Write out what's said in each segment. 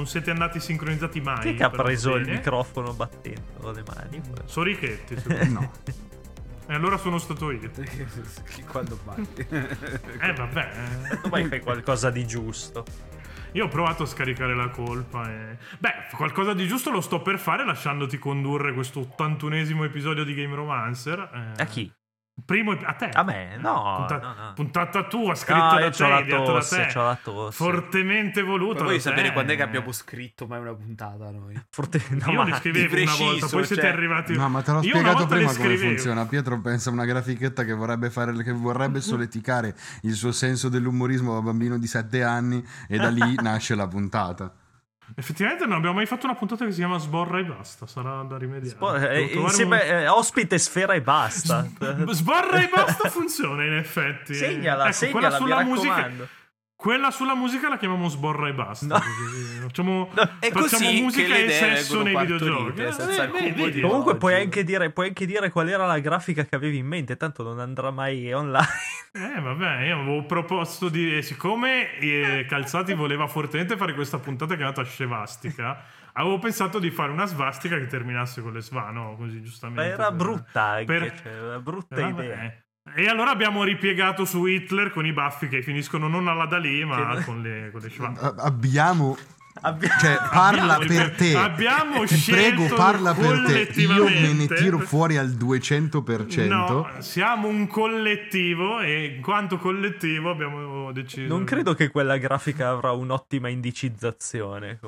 siete andati sincronizzati mai. Chi è che ha però, preso il bene. microfono battendo con le mani? Sorichetti. No. E allora sono stato io. Quando batti. Vabbè. Tu mai fai qualcosa di giusto. Io ho provato a scaricare la colpa e... Beh, qualcosa di giusto lo sto per fare lasciandoti condurre questo 81esimo episodio di Game Romancer. A chi? A te. A me? No, no. Puntata tua, scritta da te, ideata da te. C'ho la tosse. Fortemente voluta. Ma vuoi da te. sapere quando è che abbiamo scritto mai una puntata noi? Io li scrivevo una volta, poi siete arrivati. No, ma te l'ho Io spiegato una volta prima le come scrivevo. funziona. Pietro pensa a una grafichetta che vorrebbe solleticare il suo senso dell'umorismo da bambino di 7 anni e da lì nasce la puntata. Effettivamente non abbiamo mai fatto una puntata che si chiama Sborra e basta, sarà da rimediare. Insieme ospite Sfera e basta. Sborra e basta funziona in effetti. Segnala, quella sulla mi musica. raccomando. Quella sulla musica la chiamiamo Sborra e basta. No. Facciamo È così musica che le e idee sesso nei vengono videogiochi. partorite, senza alcun motivo. Comunque puoi oggi. anche dire qual era la grafica che avevi in mente, tanto non andrà mai online. Vabbè, io avevo proposto di... Siccome Calzati voleva fortemente fare questa puntata chiamata Scevastica, avevo pensato di fare una svastica che terminasse con le sva, no? Così giustamente. Ma era brutta anche, per- una brutta idea. E allora abbiamo ripiegato su Hitler con i baffi che finiscono non alla Dalì, ma con le schwa. Cioè, parla per te. Abbiamo Ti scelto prego, parla per te. Io me ne tiro fuori al 200%. No, siamo un collettivo e in quanto collettivo abbiamo deciso. Non credo che quella grafica avrà un'ottima indicizzazione.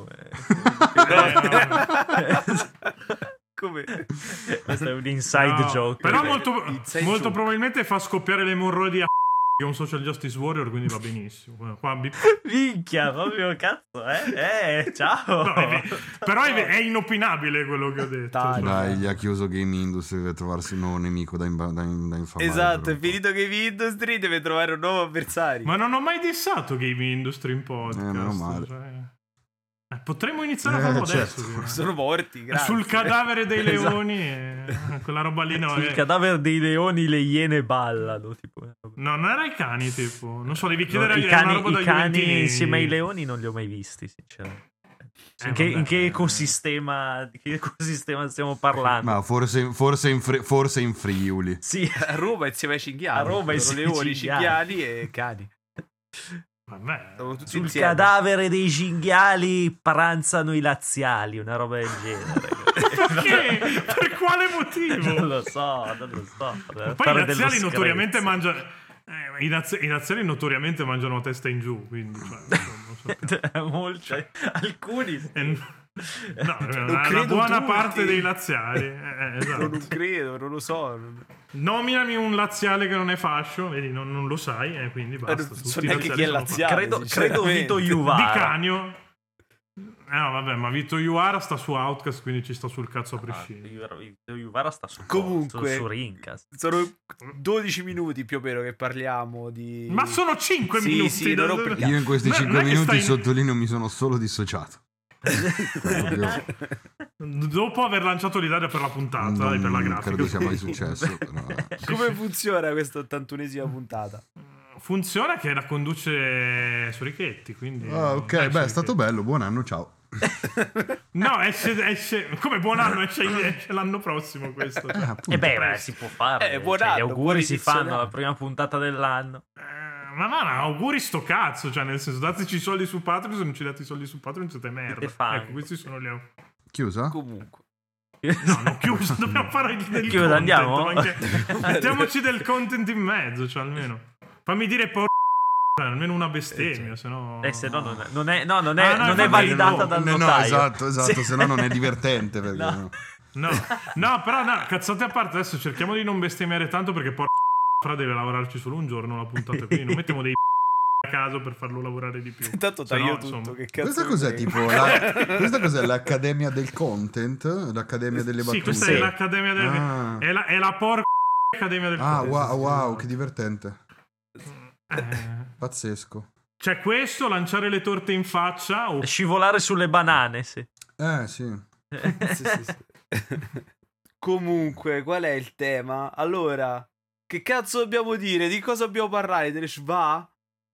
Come? Questo è un inside joke. Però Inside molto joke. probabilmente fa scoppiare le emorroidi a che è un social justice warrior, quindi va benissimo. Qua Minchia, proprio cazzo, ciao. No, però è inopinabile quello che ho detto. Dai, gli ha chiuso Game Industry per trovarsi un nuovo nemico da infamare. Esatto, è finito Game Industry, deve trovare un nuovo avversario. Ma non ho mai dissato Game Industry in podcast. meno male. Potremmo iniziare a farlo certo. adesso. Sono morti, grazie. Sul cadavere dei leoni, quella roba lì. No, Sul cadavere dei leoni le iene ballano. Tipo. No, non era i cani, tipo. Non so, devi chiedere I cani insieme ai leoni non li ho mai visti, sinceramente. In che ecosistema stiamo parlando? Ma forse in Friuli. Sì, A Roma insieme ai cinghiali. A Roma insieme ai leoni, cinghiali. cinghiali e cani. Vabbè. Siamo tutti sul insieme. cadavere dei cinghiali pranzano i laziali, una roba del genere. Perché? Per quale motivo? Non lo so. Poi i laziali notoriamente mangiano. I laziali notoriamente mangiano a testa in giù, quindi Molti, alcuni. No, una credo buona tutti. parte dei laziali. Esatto. Non credo, non lo so. Nominami un laziale che non è fascio, vedi, non lo sai, quindi basta. Non Tutti so i neanche laziali chi è sono laziale. Credo sinceramente. Vito fasci. Di Iuvara. Canio. No, vabbè, ma Vito Iuvara sta su Outcast, quindi ci sta sul cazzo a prescindere. Vito Iuvara sta su Comunque, su Rincast. Sono 12 minuti più o meno che parliamo di... Ma sono 5 Sì, minuti. sì, non rompiamo. Io in questi Non è 5 che minuti stai- sottolineo mi sono solo dissociato. Dopo aver lanciato l'idea per la puntata e per la Non grafica. credo sia mai successo. Però... Come funziona questa 81esima puntata? Funziona che la conduce Sorichetti, quindi... ok, Dai, beh, è stato Sorichetti. bello. Buon anno, ciao. No, esce come buon anno, esce l'anno prossimo questo. Appunto. E beh, si può fare. buon anno, gli auguri buon si inizio fanno d'anno. alla prima puntata dell'anno. Ma auguri sto cazzo, cioè nel senso, dateci i soldi su Patreon, se non ci date i soldi su Patreon siete merda. Siete fango. Ecco, questi sono gli auguri. Chiusa? Comunque. No, non chiuso, dobbiamo fare del Chiusa, content, andiamo? ma anche- mettiamoci del content in mezzo, cioè almeno. Fammi dire almeno una bestemmia, se no... Se no non è infatti validata no. dal No, notaio. esatto, Sì. se no non è divertente. Perché No. No, però no, cazzate a parte, adesso cerchiamo di non bestemmiare tanto perché Fra deve lavorarci solo un giorno la puntata, quindi non mettiamo dei a caso per farlo lavorare di più. Intanto Se no, taglio tutto, insomma. che cazzo. Questa cos'è mi tipo? Questa cos'è l'accademia del content? L'accademia delle battute? Sì, questa è l'accademia del... Ah. È la accademia del Ah, content. wow, che divertente. Eh, Pazzesco. C'è questo, lanciare le torte in faccia o... Scivolare sulle banane, sì. Sì. sì. Comunque, qual è il tema? Allora, che cazzo dobbiamo dire? Di cosa dobbiamo parlare? Delle schwa?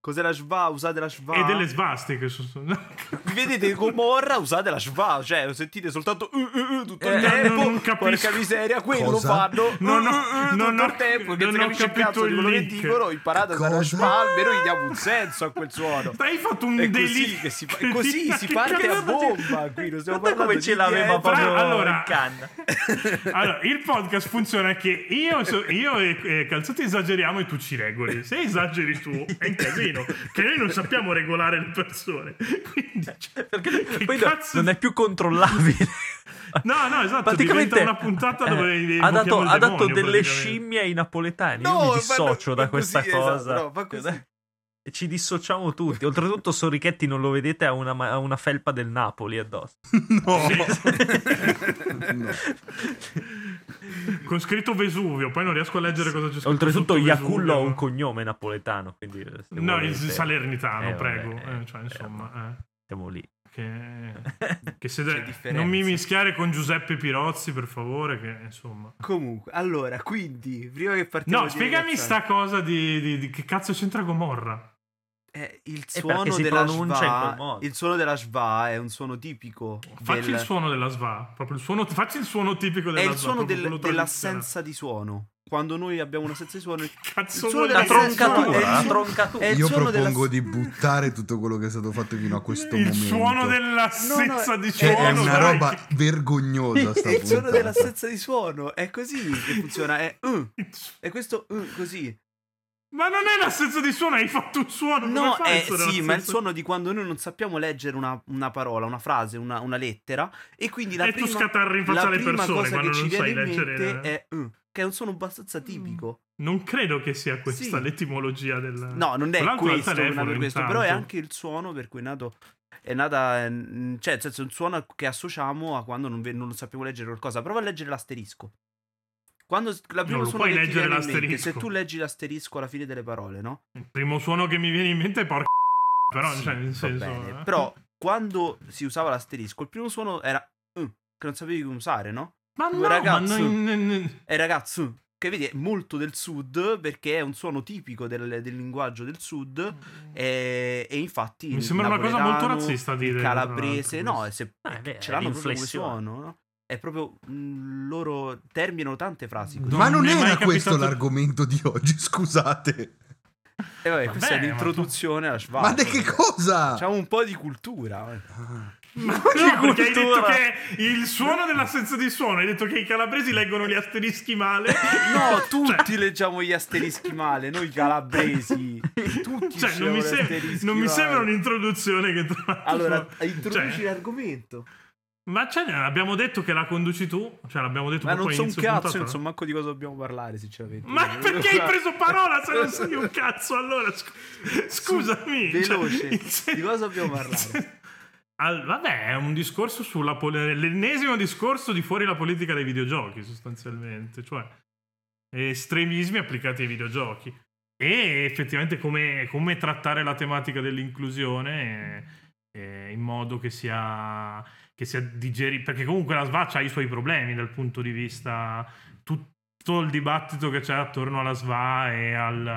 Cos'è la shva? Usate la shva. E delle svastiche. Vedete Gomorra, usate la shva. Cioè, lo sentite soltanto tutto il tempo. Non capisco. Porca miseria, quello lo fanno. Non tutto il tempo. Che non capisce il cazzo di quello che dicono. Imparate a usare la shva. Almeno gli diamo un senso a quel suono. Hai fatto un delitto. Così si parte a bomba. Qui non stiamo parlando come ce l'aveva proprio in canna. Allora, il podcast funziona che io e Calzotti esageriamo e tu ci regoli. Se esageri tu è un casino, che noi non sappiamo regolare le persone. Quindi, perché poi non è più controllabile. No, esatto. Praticamente diventa una puntata dove ha dato demonio, delle scimmie ai napoletani. Io mi dissocio da questa cosa. Esatto, fa così. E ci dissociamo tutti. Oltretutto Sorichetti, non lo vedete, ha una felpa del Napoli addosso. No. Con scritto Vesuvio, poi non riesco a leggere cosa c'è scritto. Oltretutto Iacullo ha un cognome napoletano, quindi no, il salernitano, prego. Vabbè, cioè, insomma, siamo lì. Che se non mi mischiare con Giuseppe Pirozzi, per favore, che insomma. Comunque, allora, quindi prima che partiamo, no, spiegami sta cosa di che cazzo c'entra Gomorra. Il suono della shva, il suono della shva è un suono tipico. Facci il suono della shva, proprio il suono, facci il suono tipico della shva. È il suono dell'assenza di suono. Quando noi abbiamo un'assenza di suono, il suono della troncatura. Io propongo di buttare tutto quello che è stato fatto fino a questo momento. Il suono dell'assenza di suono è una roba vergognosa sta il suono dell'assenza di suono è così che funziona. È questo così. Ma non è l'assenza di suono, hai fatto un suono. No, sì, ma è il suono di quando noi non sappiamo leggere una parola, una frase, una lettera, e quindi la prima, tu scatarri in faccia alle persone cosa quando che non ci sai viene in leggere mente è che è un suono abbastanza tipico. Non credo che sia questa l'etimologia del... No, non è questo, per questo, però è intanto. anche il suono per cui è nata, cioè nel senso è un suono che associamo a quando non sappiamo leggere qualcosa. Prova a leggere l'asterisco. Quando la prima suono che ti viene in mente, se tu leggi l'asterisco alla fine delle parole, no? Il primo suono che mi viene in mente è porca. Però sì, cioè, nel senso, bene. Però quando si usava l'asterisco, il primo suono era che non sapevi come usare, no? Ma no, ragazzo, ma è ragazzo, che vedi è molto del sud perché è un suono tipico del linguaggio del sud e infatti mi sembra una cosa molto razzista dire calabrese, no, ce l'hanno proprio come suono, no? È proprio loro terminano tante frasi così. Ma non era questo l'argomento di oggi, scusate. E vabbè, questa è l'introduzione alla Schwab. Ma di che cosa? Facciamo un po' di cultura. Ma no, perché hai detto che il suono dell'assenza di suono, hai detto che i calabresi leggono gli asterischi male. No, tutti leggiamo gli asterischi male, noi calabresi. Tutti non mi sembra un'introduzione che allora, introduci l'argomento. Ma abbiamo detto che la conduci tu? Cioè l'abbiamo detto. Ma non so un cazzo, non so manco di cosa dobbiamo parlare, sinceramente. Ma perché hai preso parola se non sai un cazzo? Allora, scusami. Veloce, di cosa dobbiamo parlare? Vabbè, è un discorso l'ennesimo discorso di fuori la politica dei videogiochi, sostanzialmente. Cioè, estremismi applicati ai videogiochi. E effettivamente come trattare la tematica dell'inclusione in modo che sia digeribile, perché comunque la SVA ha i suoi problemi dal punto di vista tutto il dibattito che c'è attorno alla SVA e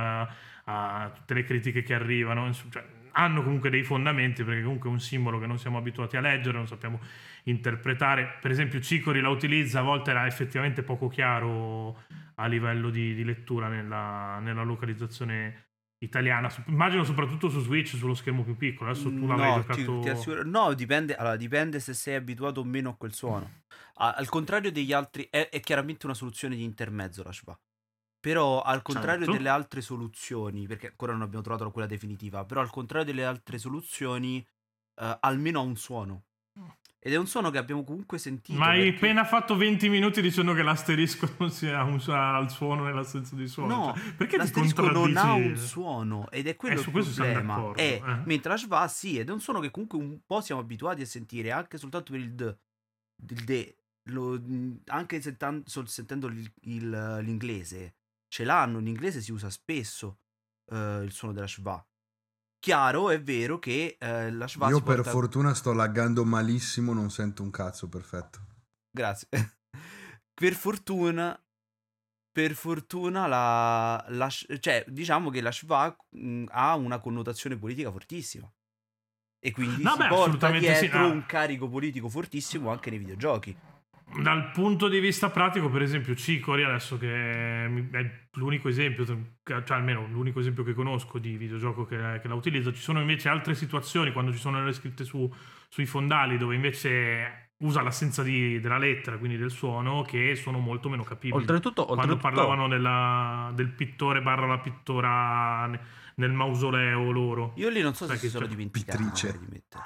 a tutte le critiche che arrivano, cioè, hanno comunque dei fondamenti, perché comunque è un simbolo che non siamo abituati a leggere, non sappiamo interpretare. Per esempio Cicori la utilizza, a volte era effettivamente poco chiaro a livello di lettura nella localizzazione italiana, immagino soprattutto su Switch, sullo schermo più piccolo. Adesso tu l'avrai giocato. Ti assicuro, no, dipende se sei abituato o meno a quel suono. Al contrario degli altri, è chiaramente una soluzione di intermezzo la SVA. Però al contrario delle altre soluzioni, perché ancora non abbiamo trovato quella definitiva, però al contrario delle altre soluzioni almeno ha un suono. Ed è un suono che abbiamo comunque sentito. Ma hai appena fatto 20 minuti dicendo che l'asterisco non ha il suono nell'assenza di suono. No, cioè, perché l'asterisco non ha un suono ed è quello il problema. Mentre la SVA sì, ed è un suono che comunque un po' siamo abituati a sentire anche soltanto per il D. Anche sentendo l'inglese. Ce l'hanno, in inglese si usa spesso il suono della SVA. Chiaro, è vero che la SVA io per fortuna sto laggando malissimo, non sento un cazzo, perfetto. Grazie. Per fortuna per fortuna cioè, diciamo che la schwa ha una connotazione politica fortissima. E quindi si porta dietro un carico politico fortissimo anche nei videogiochi. Dal punto di vista pratico, per esempio, Chicory, adesso che è l'unico esempio, cioè almeno l'unico esempio che conosco di videogioco che la utilizza, ci sono invece altre situazioni quando ci sono le scritte sui fondali dove invece usa l'assenza della lettera, quindi del suono, che sono molto meno capibili. Oltretutto parlavano del pittore / la pittora nel mausoleo loro. Io lì non so se si sono dimenticati di mettere.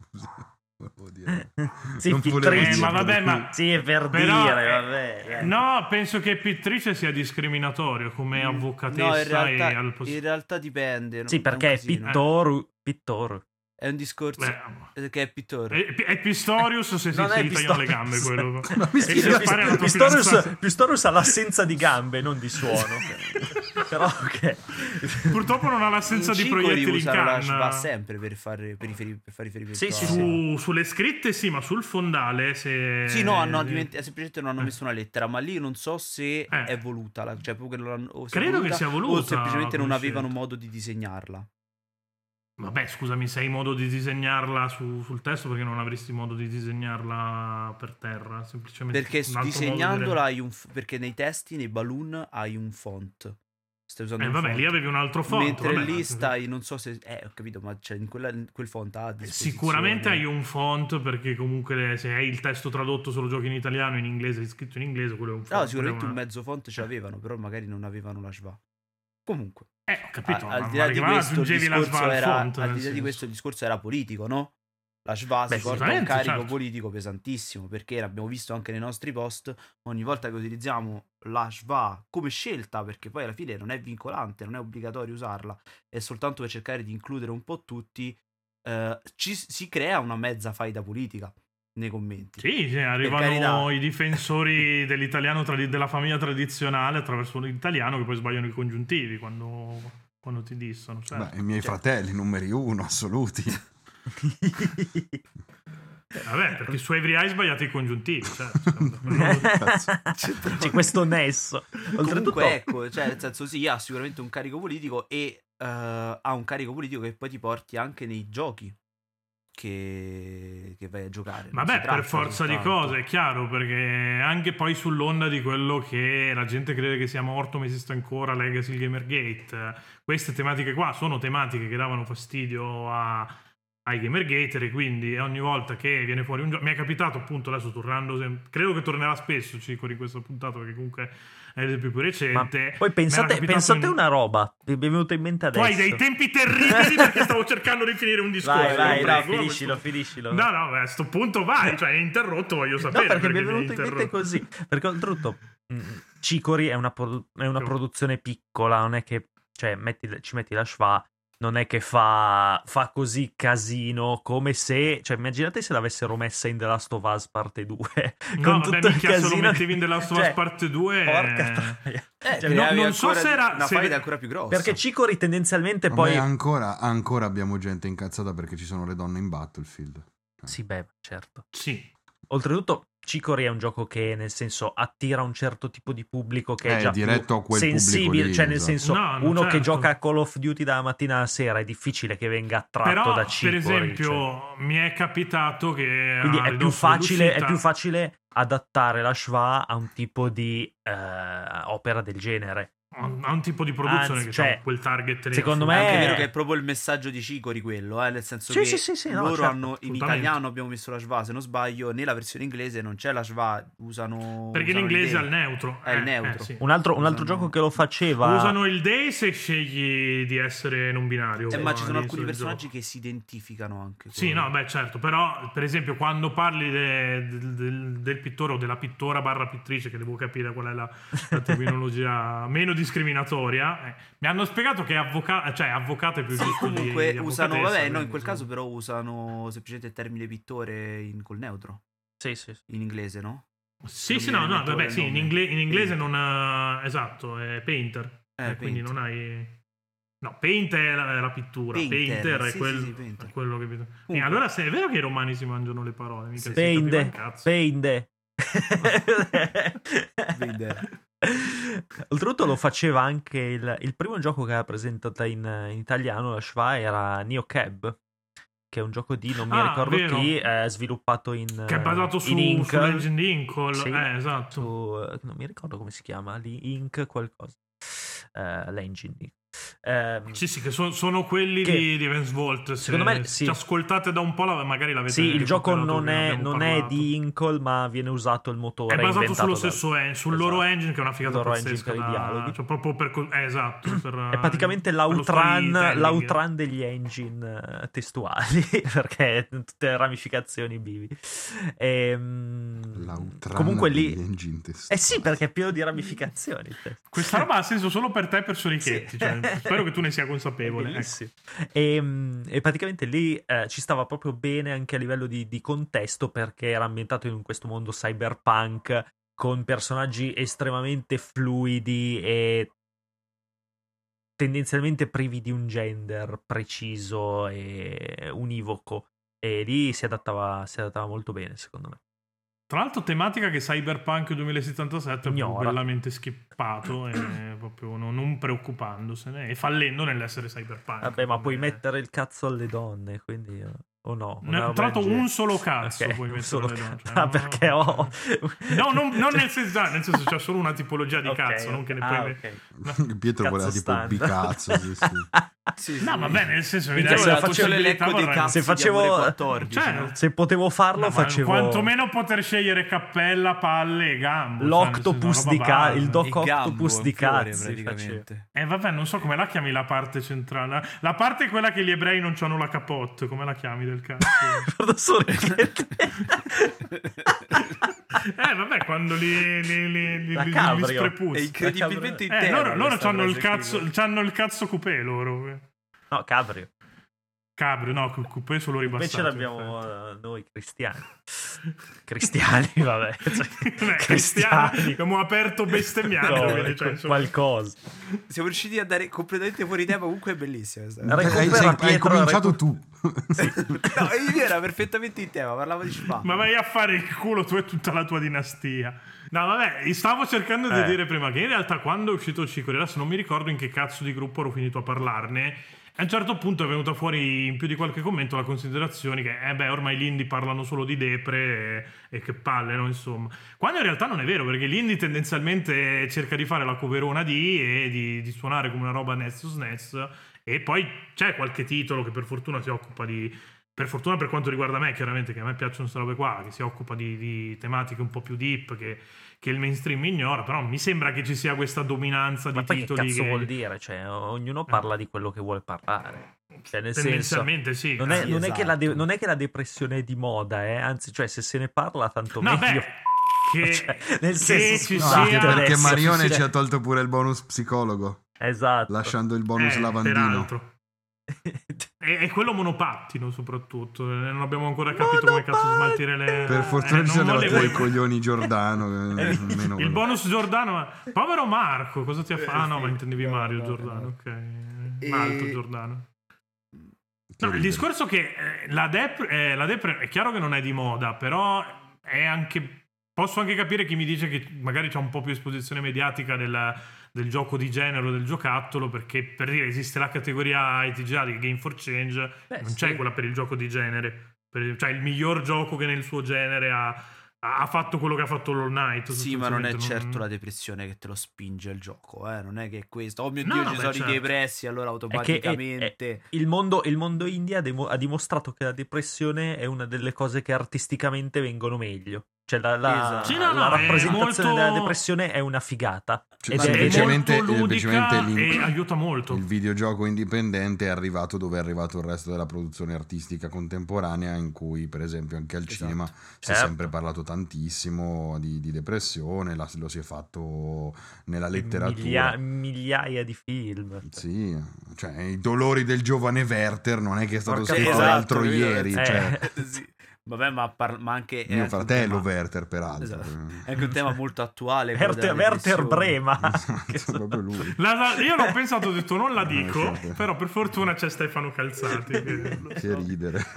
Sì, non pittrice, ma vabbè, ma sì, è per però, dire, vabbè. No, penso che pittrice sia discriminatorio come avvocatessa. No, in realtà dipende. Sì, perché è pittore. È un discorso che è pittore. È Pistorius se si tagliano le gambe, quello. Pistorius ha l'assenza di gambe, non di suono. Però ok. Purtroppo non ha l'assenza di proiettili in canna. Va sempre per fare riferimento. Sì. Sulle scritte sì, ma sul fondale Sì, no, semplicemente non hanno messo una lettera, ma lì non so se è voluta, cioè proprio che non hanno, credo che sia voluta, o semplicemente non avevano modo di disegnarla. Vabbè, scusami, se hai modo di disegnarla sul testo, perché non avresti modo di disegnarla per terra? Semplicemente perché disegnandola perché nei testi, nei balloon hai un font. Stai usando un font. Lì avevi un altro font. Mentre lì stai, non so se ho capito, ma c'è in quel font a disposizione. Sicuramente hai un font, perché comunque se hai il testo tradotto solo giochi in italiano, in inglese, scritto in inglese, quello è un font. No, sicuramente un mezzo font ce l'avevano, però magari non avevano la schwa. Comunque, ho capito, al di là di questo il discorso era politico, no? La schwa si porta un carico politico pesantissimo, perché l'abbiamo visto anche nei nostri post, ogni volta che utilizziamo la schwa come scelta, perché poi alla fine non è vincolante, non è obbligatorio usarla, è soltanto per cercare di includere un po' tutti, si crea una mezza faida politica nei commenti. Sì, arrivano i difensori dell'italiano della famiglia tradizionale attraverso l'italiano che poi sbagliano i congiuntivi quando ti dissano. Certo. Beh, i miei fratelli numeri 1 assoluti. Vabbè, perché su Every Eye sbagliate i congiuntivi, certo. C'è questo nesso. Oltretutto, ecco, cioè nel senso sì, ha sicuramente un carico politico e ha un carico politico che poi ti porti anche nei giochi che vai a giocare. Vabbè, per forza di cose, è chiaro, perché anche poi sull'onda di quello che la gente crede che sia morto ma esiste ancora, Legacy, il Gamergate, queste tematiche qua sono tematiche che davano fastidio ai Gamergater, e quindi ogni volta che viene fuori un gioco, mi è capitato appunto adesso tornando, credo che tornerà spesso Cico di questa puntata, perché comunque è l'esempio più recente. Ma poi pensate una roba mi è venuta in mente adesso. Tu hai dei tempi terribili perché stavo cercando di finire un discorso. Vai, finiscilo. No, a sto punto vai, cioè è interrotto, voglio sapere. No, perché mi è venuto in mente così, perché oltretutto Chicory è una produzione piccola, non è che cioè ci metti la schwa, non è che fa così casino, come se, cioè immaginate se l'avessero messa in The Last of Us parte 2 con tutto il casino, se lo mettevi in The Last of Us parte 2 porca troia. Non so se era una faida ancora più grossa, perché Chicory tendenzialmente poi ancora abbiamo gente incazzata perché ci sono le donne in Battlefield. Sì, beh, certo. Sì. Oltretutto Chicory è un gioco che nel senso attira un certo tipo di pubblico che è già diretto più a quel sensibile, lì, cioè nel senso uno che gioca a Call of Duty dalla mattina alla sera è difficile che venga attratto da Chicory. Per esempio mi è capitato che quindi è più facile adattare la schwa a un tipo di opera del genere, a un tipo di produzione che c'è quel target. Secondo me è anche vero che è proprio il messaggio di Chicory quello, nel senso che loro hanno in italiano abbiamo messo la schwa, se non sbaglio nella versione inglese non c'è la schwa, usano perché l'inglese è il neutro, è il neutro. Sì. Un altro gioco che lo faceva, usano il day se scegli di essere non binario, ma ci sono alcuni personaggi che si identificano anche sì, no, beh, certo, però per esempio quando parli del pittore o della pittora / pittrice, che devo capire qual è la terminologia meno discriminatoria, mi hanno spiegato che avvocato è più giusto. Comunque usano, vabbè, no, in quel caso però usano semplicemente il termine pittore col neutro. Sì. In inglese, no? Sì, no, vabbè, sì, in inglese non esatto, è painter. Quindi non hai. No, paint è la pittura, painter è quello che. Allora è vero che i romani si mangiano le parole, mica painde. Oltretutto lo faceva anche il primo gioco che aveva presentato in italiano la Schwa era Neo Cab, che è un gioco di non mi ricordo vero. chi, sviluppato che è basato Inkle. sull'engine di Inkle. Sì, Esatto. non mi ricordo come si chiama lì, Ink qualcosa, l'engine di Sì, che sono quelli che, di Vance Vault. secondo me se ci ascoltate da un po', magari l'avete sì, il gioco non è parlato. di Inkle, ma viene usato il motore è basato sullo inventato stesso sul loro engine, che è una figata loro engine pazzesca per i dialoghi. cioè proprio esatto, è praticamente l'outrun degli engine testuali perché tutte le ramificazioni bivi. Comunque lì engine testuali. sì, perché è pieno di ramificazioni. Questa roba ha senso solo per te e per Sorichetti, cioè, spero che tu ne sia consapevole. Ecco. E praticamente lì ci stava proprio bene anche a livello di contesto, perché era ambientato in questo mondo cyberpunk con personaggi estremamente fluidi e tendenzialmente privi di un gender preciso e univoco, e lì si adattava molto bene, secondo me. Tra l'altro tematica che Cyberpunk 2077 è bellamente skippato e proprio non preoccupandosene e fallendo nell'essere cyberpunk. Vabbè, ma puoi mettere il cazzo alle donne, quindi o no? Tra l'altro un solo cazzo puoi mettere alle donne. Cioè, perché ho... No, non nel senso c'è solo una tipologia di cazzo, non che ne puoi No. Pietro voleva tipo bicazzo, sì. No, vabbè, nel senso se facevo 14, no? se potevo farlo facevo quantomeno poter scegliere cappella, palle e gambo, l'octopus di cazzo, il doc gambo, octopus di cazzo praticamente. Vabbè, non so come la chiami la parte centrale, la parte è quella che gli ebrei non hanno la capote, come la chiami del cazzo? Vabbè, quando li strepuzzi. È incredibilmente intero. Loro c'hanno il cazzo coupé loro. No, cabrio, no, coupé solo ribassato. invece l'abbiamo noi cristiani, vabbè, cristiani. Abbiamo aperto bestemmiando, qualcosa. Siamo riusciti a andare completamente fuori tema, comunque è bellissima. Hai cominciato tu. Sì. No, era perfettamente in tema, parlavo di Schwa. Ma vai a fare il culo tu e tutta la tua dinastia. No, vabbè, stavo cercando di dire prima che in realtà quando è uscito Cicoria, adesso non mi ricordo in che cazzo di gruppo ero finito a parlarne, a un certo punto è venuta fuori in più di qualche commento la considerazione che ormai gli indie parlano solo di depre e che palle, no, insomma. Quando in realtà non è vero, perché l'indie tendenzialmente cerca di fare la coverona e di suonare come una roba NES, e poi c'è qualche titolo che per fortuna si occupa per fortuna per quanto riguarda me, chiaramente, che a me piacciono queste robe qua, che si occupa di tematiche un po' più deep che il mainstream ignora, però mi sembra che ci sia questa dominanza di titoli. Ma che cazzo vuol dire? Cioè, ognuno parla di quello che vuole parlare. Cioè, nel tendenzialmente senso, sì. Non è esatto. non è che la depressione è di moda, anzi, cioè, se se ne parla tanto meglio. Nel senso ci sia perché Marione ci ha tolto pure il bonus psicologo. Esatto. Lasciando il bonus lavandino. Peraltro. E quello monopattino soprattutto. Non abbiamo ancora capito come cazzo smaltire le... Per fortuna ci sono levati i coglioni Giordano. Il bonus Giordano. Povero Marco, cosa ti ha fatto? Ah no, ma intendevi Mario Giordano. Ok. Malto Giordano. No, il discorso è che la depre è chiaro che non è di moda, però è anche... Posso anche capire chi mi dice che magari c'è un po' più esposizione mediatica del gioco di genere o del giocattolo, perché per dire esiste la categoria ITGA di Game for Change, non c'è quella per il gioco di genere, cioè il miglior gioco che nel suo genere ha fatto quello che ha fatto Hollow Knight. Sì, ma non è certo la depressione che te lo spinge il gioco, non è che è questo. Oh mio Dio, ci sono i depressi, allora automaticamente il mondo indie ha dimostrato che la depressione è una delle cose che artisticamente vengono meglio. Cioè la rappresentazione della depressione è una figata. Ed è molto ludica e aiuta molto. Il videogioco indipendente è arrivato dove è arrivato il resto della produzione artistica contemporanea, in cui per esempio anche al cinema si è sempre parlato tantissimo di depressione, lo si è fatto nella letteratura. Migliaia di film. Sì, cioè i dolori del giovane Werther non è che è stato scritto l'altro ieri. Sì. Vabbè, ma anche mio fratello Werther, peraltro. Esatto. È anche un tema molto attuale. Werther Brema. Proprio lui. Io l'ho pensato, ho detto non la dico, però per fortuna c'è Stefano Calzati. Che ridere.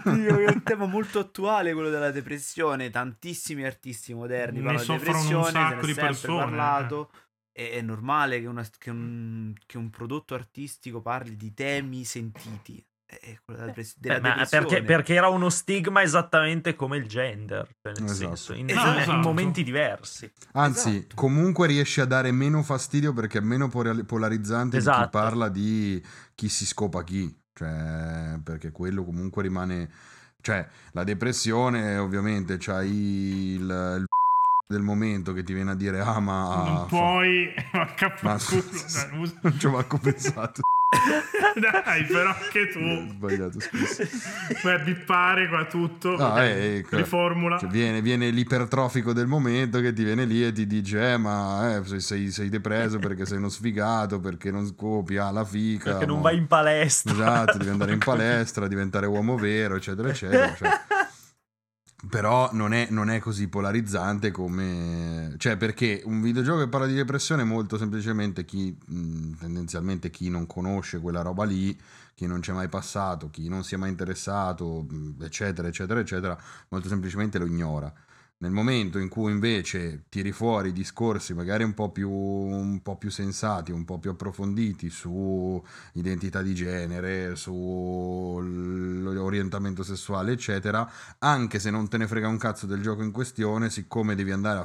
Oddio, è un tema molto attuale quello della depressione. Tantissimi artisti moderni parlano di soffrono un depressione, sacco di se ne è sempre persone, parlato. È normale che un prodotto artistico parli di temi sentiti. È quello della depressione. Perché era uno stigma esattamente come il gender, cioè nel senso, in momenti diversi. Anzi, comunque riesce a dare meno fastidio perché è meno polarizzante di chi parla di chi si scopa chi, cioè perché quello comunque rimane, cioè la depressione ovviamente c'hai il del momento che ti viene a dire ma non puoi non ci ho manco pensato. Dai, però anche tu sbagliato, scusa. Beh, bippare qua tutto, riformula, cioè, viene l'ipertrofico del momento che ti viene lì e ti dice ma sei depreso perché sei uno sfigato, perché non scopi la fica, perché non vai in palestra, esatto, devi andare in palestra, diventare uomo vero, eccetera eccetera, cioè. Però non è così polarizzante come, cioè, perché un videogioco che parla di depressione è molto semplicemente tendenzialmente chi non conosce quella roba lì, chi non c'è mai passato, chi non si è mai interessato, eccetera eccetera eccetera, molto semplicemente lo ignora. Nel momento in cui invece tiri fuori discorsi magari un po' più sensati, un po' più approfonditi su identità di genere, su orientamento sessuale, eccetera, anche se non te ne frega un cazzo del gioco in questione, siccome devi andare a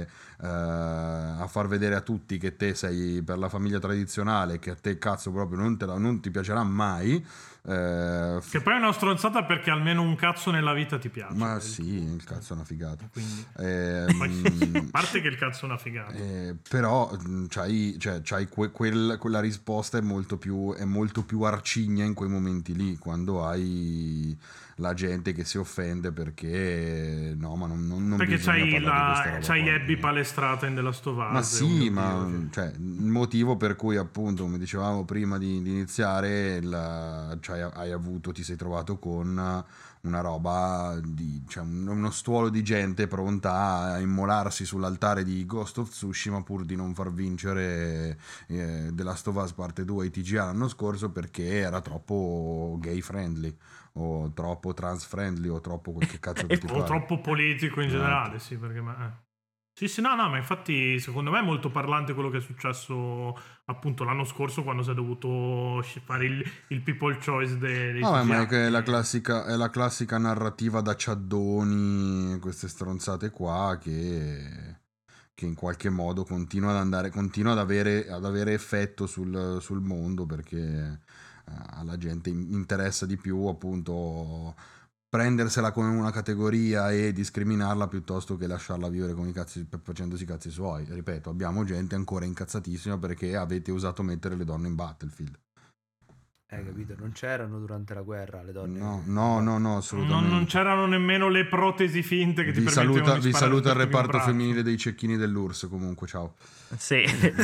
far vedere a tutti che te sei per la famiglia tradizionale, che a te cazzo proprio non ti piacerà mai. Che poi è una stronzata perché almeno un cazzo nella vita ti piace. Ma sì, il cazzo è una figata. A parte che il cazzo è una figata. Però c'hai quella risposta è molto più arcigna in quei momenti lì, quando hai la gente che si offende perché no, ma non perché c'hai Abby palestrata in The Last of Us. Ma sì, cioè, il motivo per cui appunto, come dicevamo prima di iniziare, ti sei trovato con una roba cioè uno stuolo di gente pronta a immolarsi sull'altare di Ghost of Tsushima pur di non far vincere The Last of Us parte 2 ai TGA l'anno scorso perché era troppo gay friendly o troppo trans friendly o troppo quel che cazzo che ti pare. O troppo politico in generale, sì, perché sì, no, ma infatti secondo me è molto parlante quello che è successo appunto l'anno scorso quando si è dovuto fare il people choice dei ma è la classica narrativa da ciaddoni, queste stronzate qua che in qualche modo continua ad avere effetto sul mondo perché alla gente interessa di più appunto prendersela come una categoria e discriminarla piuttosto che lasciarla vivere con facendosi i cazzi suoi. Ripeto, abbiamo gente ancora incazzatissima perché avete usato mettere le donne in Battlefield. Capito? Non c'erano durante la guerra le donne. No, assolutamente. Non c'erano nemmeno le protesi finte che ti permettevano di vi saluta il reparto femminile dei cecchini dell'URSS, comunque, ciao. Sì.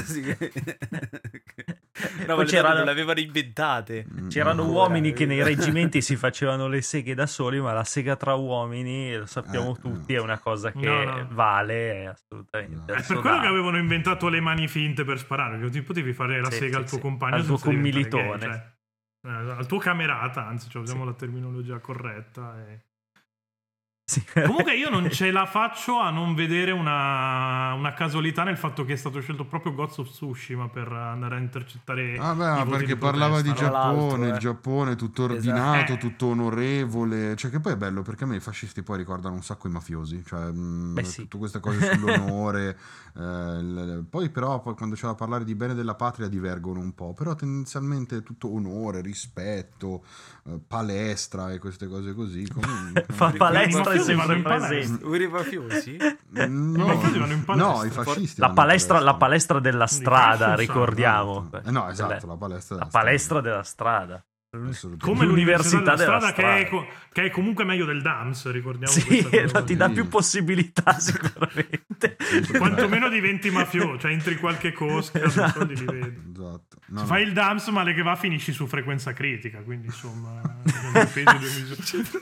No, ma non le avevano inventate. C'erano uomini che nei reggimenti si facevano le seghe da soli, ma la sega tra uomini, lo sappiamo tutti, è una cosa che vale assolutamente. È per quello che avevano inventato le mani finte per sparare, che ti potevi fare la sega al tuo compagno, al tuo commilitone. Al tuo camerata, anzi, usiamo la terminologia corretta. Sì. Comunque io non ce la faccio a non vedere una casualità nel fatto che è stato scelto proprio Ghost of Tsushima per andare a intercettare perché parlava di Giappone, il Giappone tutto ordinato, tutto onorevole, cioè che poi è bello perché a me i fascisti poi ricordano un sacco i mafiosi, cioè tutte queste cose sull'onore poi però quando c'è da parlare di bene della patria divergono un po', però tendenzialmente tutto onore, rispetto, palestra e queste cose così. Fa palestra è sempre presente. I mafiosi? No, i fascisti. La palestra della strada, ricordiamo. No, esatto, la palestra della strada. Come l'università della strada che è comunque meglio del DAMS, ricordiamo. Sì, ti dà più possibilità sicuramente. Quantomeno diventi mafioso, cioè entri qualche cosca, soldi li vedi. Esatto. Fai il DAMS, male che va finisci su frequenza critica, quindi insomma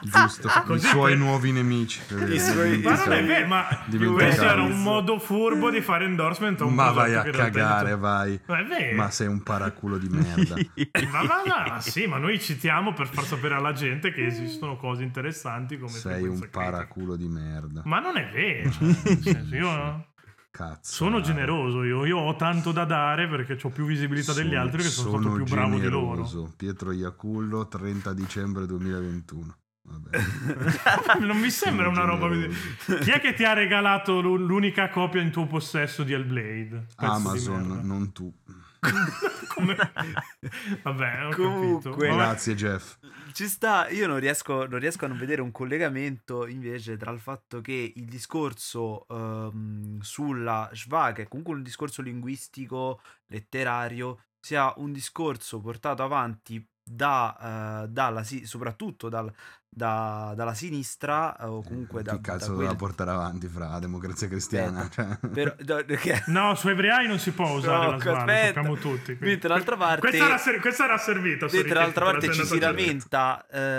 Giusto, i suoi nuovi nemici. Ma non è vero, ma questo era un modo furbo di fare endorsement a un ma vai a che cagare, vai. Ma è vero. Ma sei un paraculo di merda. ma sì, ma noi citiamo per far sapere alla gente che esistono cose interessanti come sei un paraculo di merda. Ma non è vero, nel senso, io Cazzo, sono generoso, io ho tanto da dare perché ho più visibilità degli altri, che sono stato più bravo di loro. Pietro Iacullo, 30 dicembre 2021. Vabbè. Non mi sembra una roba così. Chi è che ti ha regalato l'unica copia in tuo possesso di Hellblade? Amazon, non tu. Come... Vabbè, ho Comunque, capito. Grazie Jeff. Ci sta, io non riesco a non vedere un collegamento invece tra il fatto che il discorso sulla Shva, che è comunque un discorso linguistico, letterario, sia un discorso portato avanti soprattutto dalla sinistra, o comunque che cazzo doveva portare avanti fra Democrazia Cristiana? No, su ebrei non si può usare la Shva, lo sappiamo tutti. Mentre d'altra parte questa era servita. Mentre d'altra parte ci si lamenta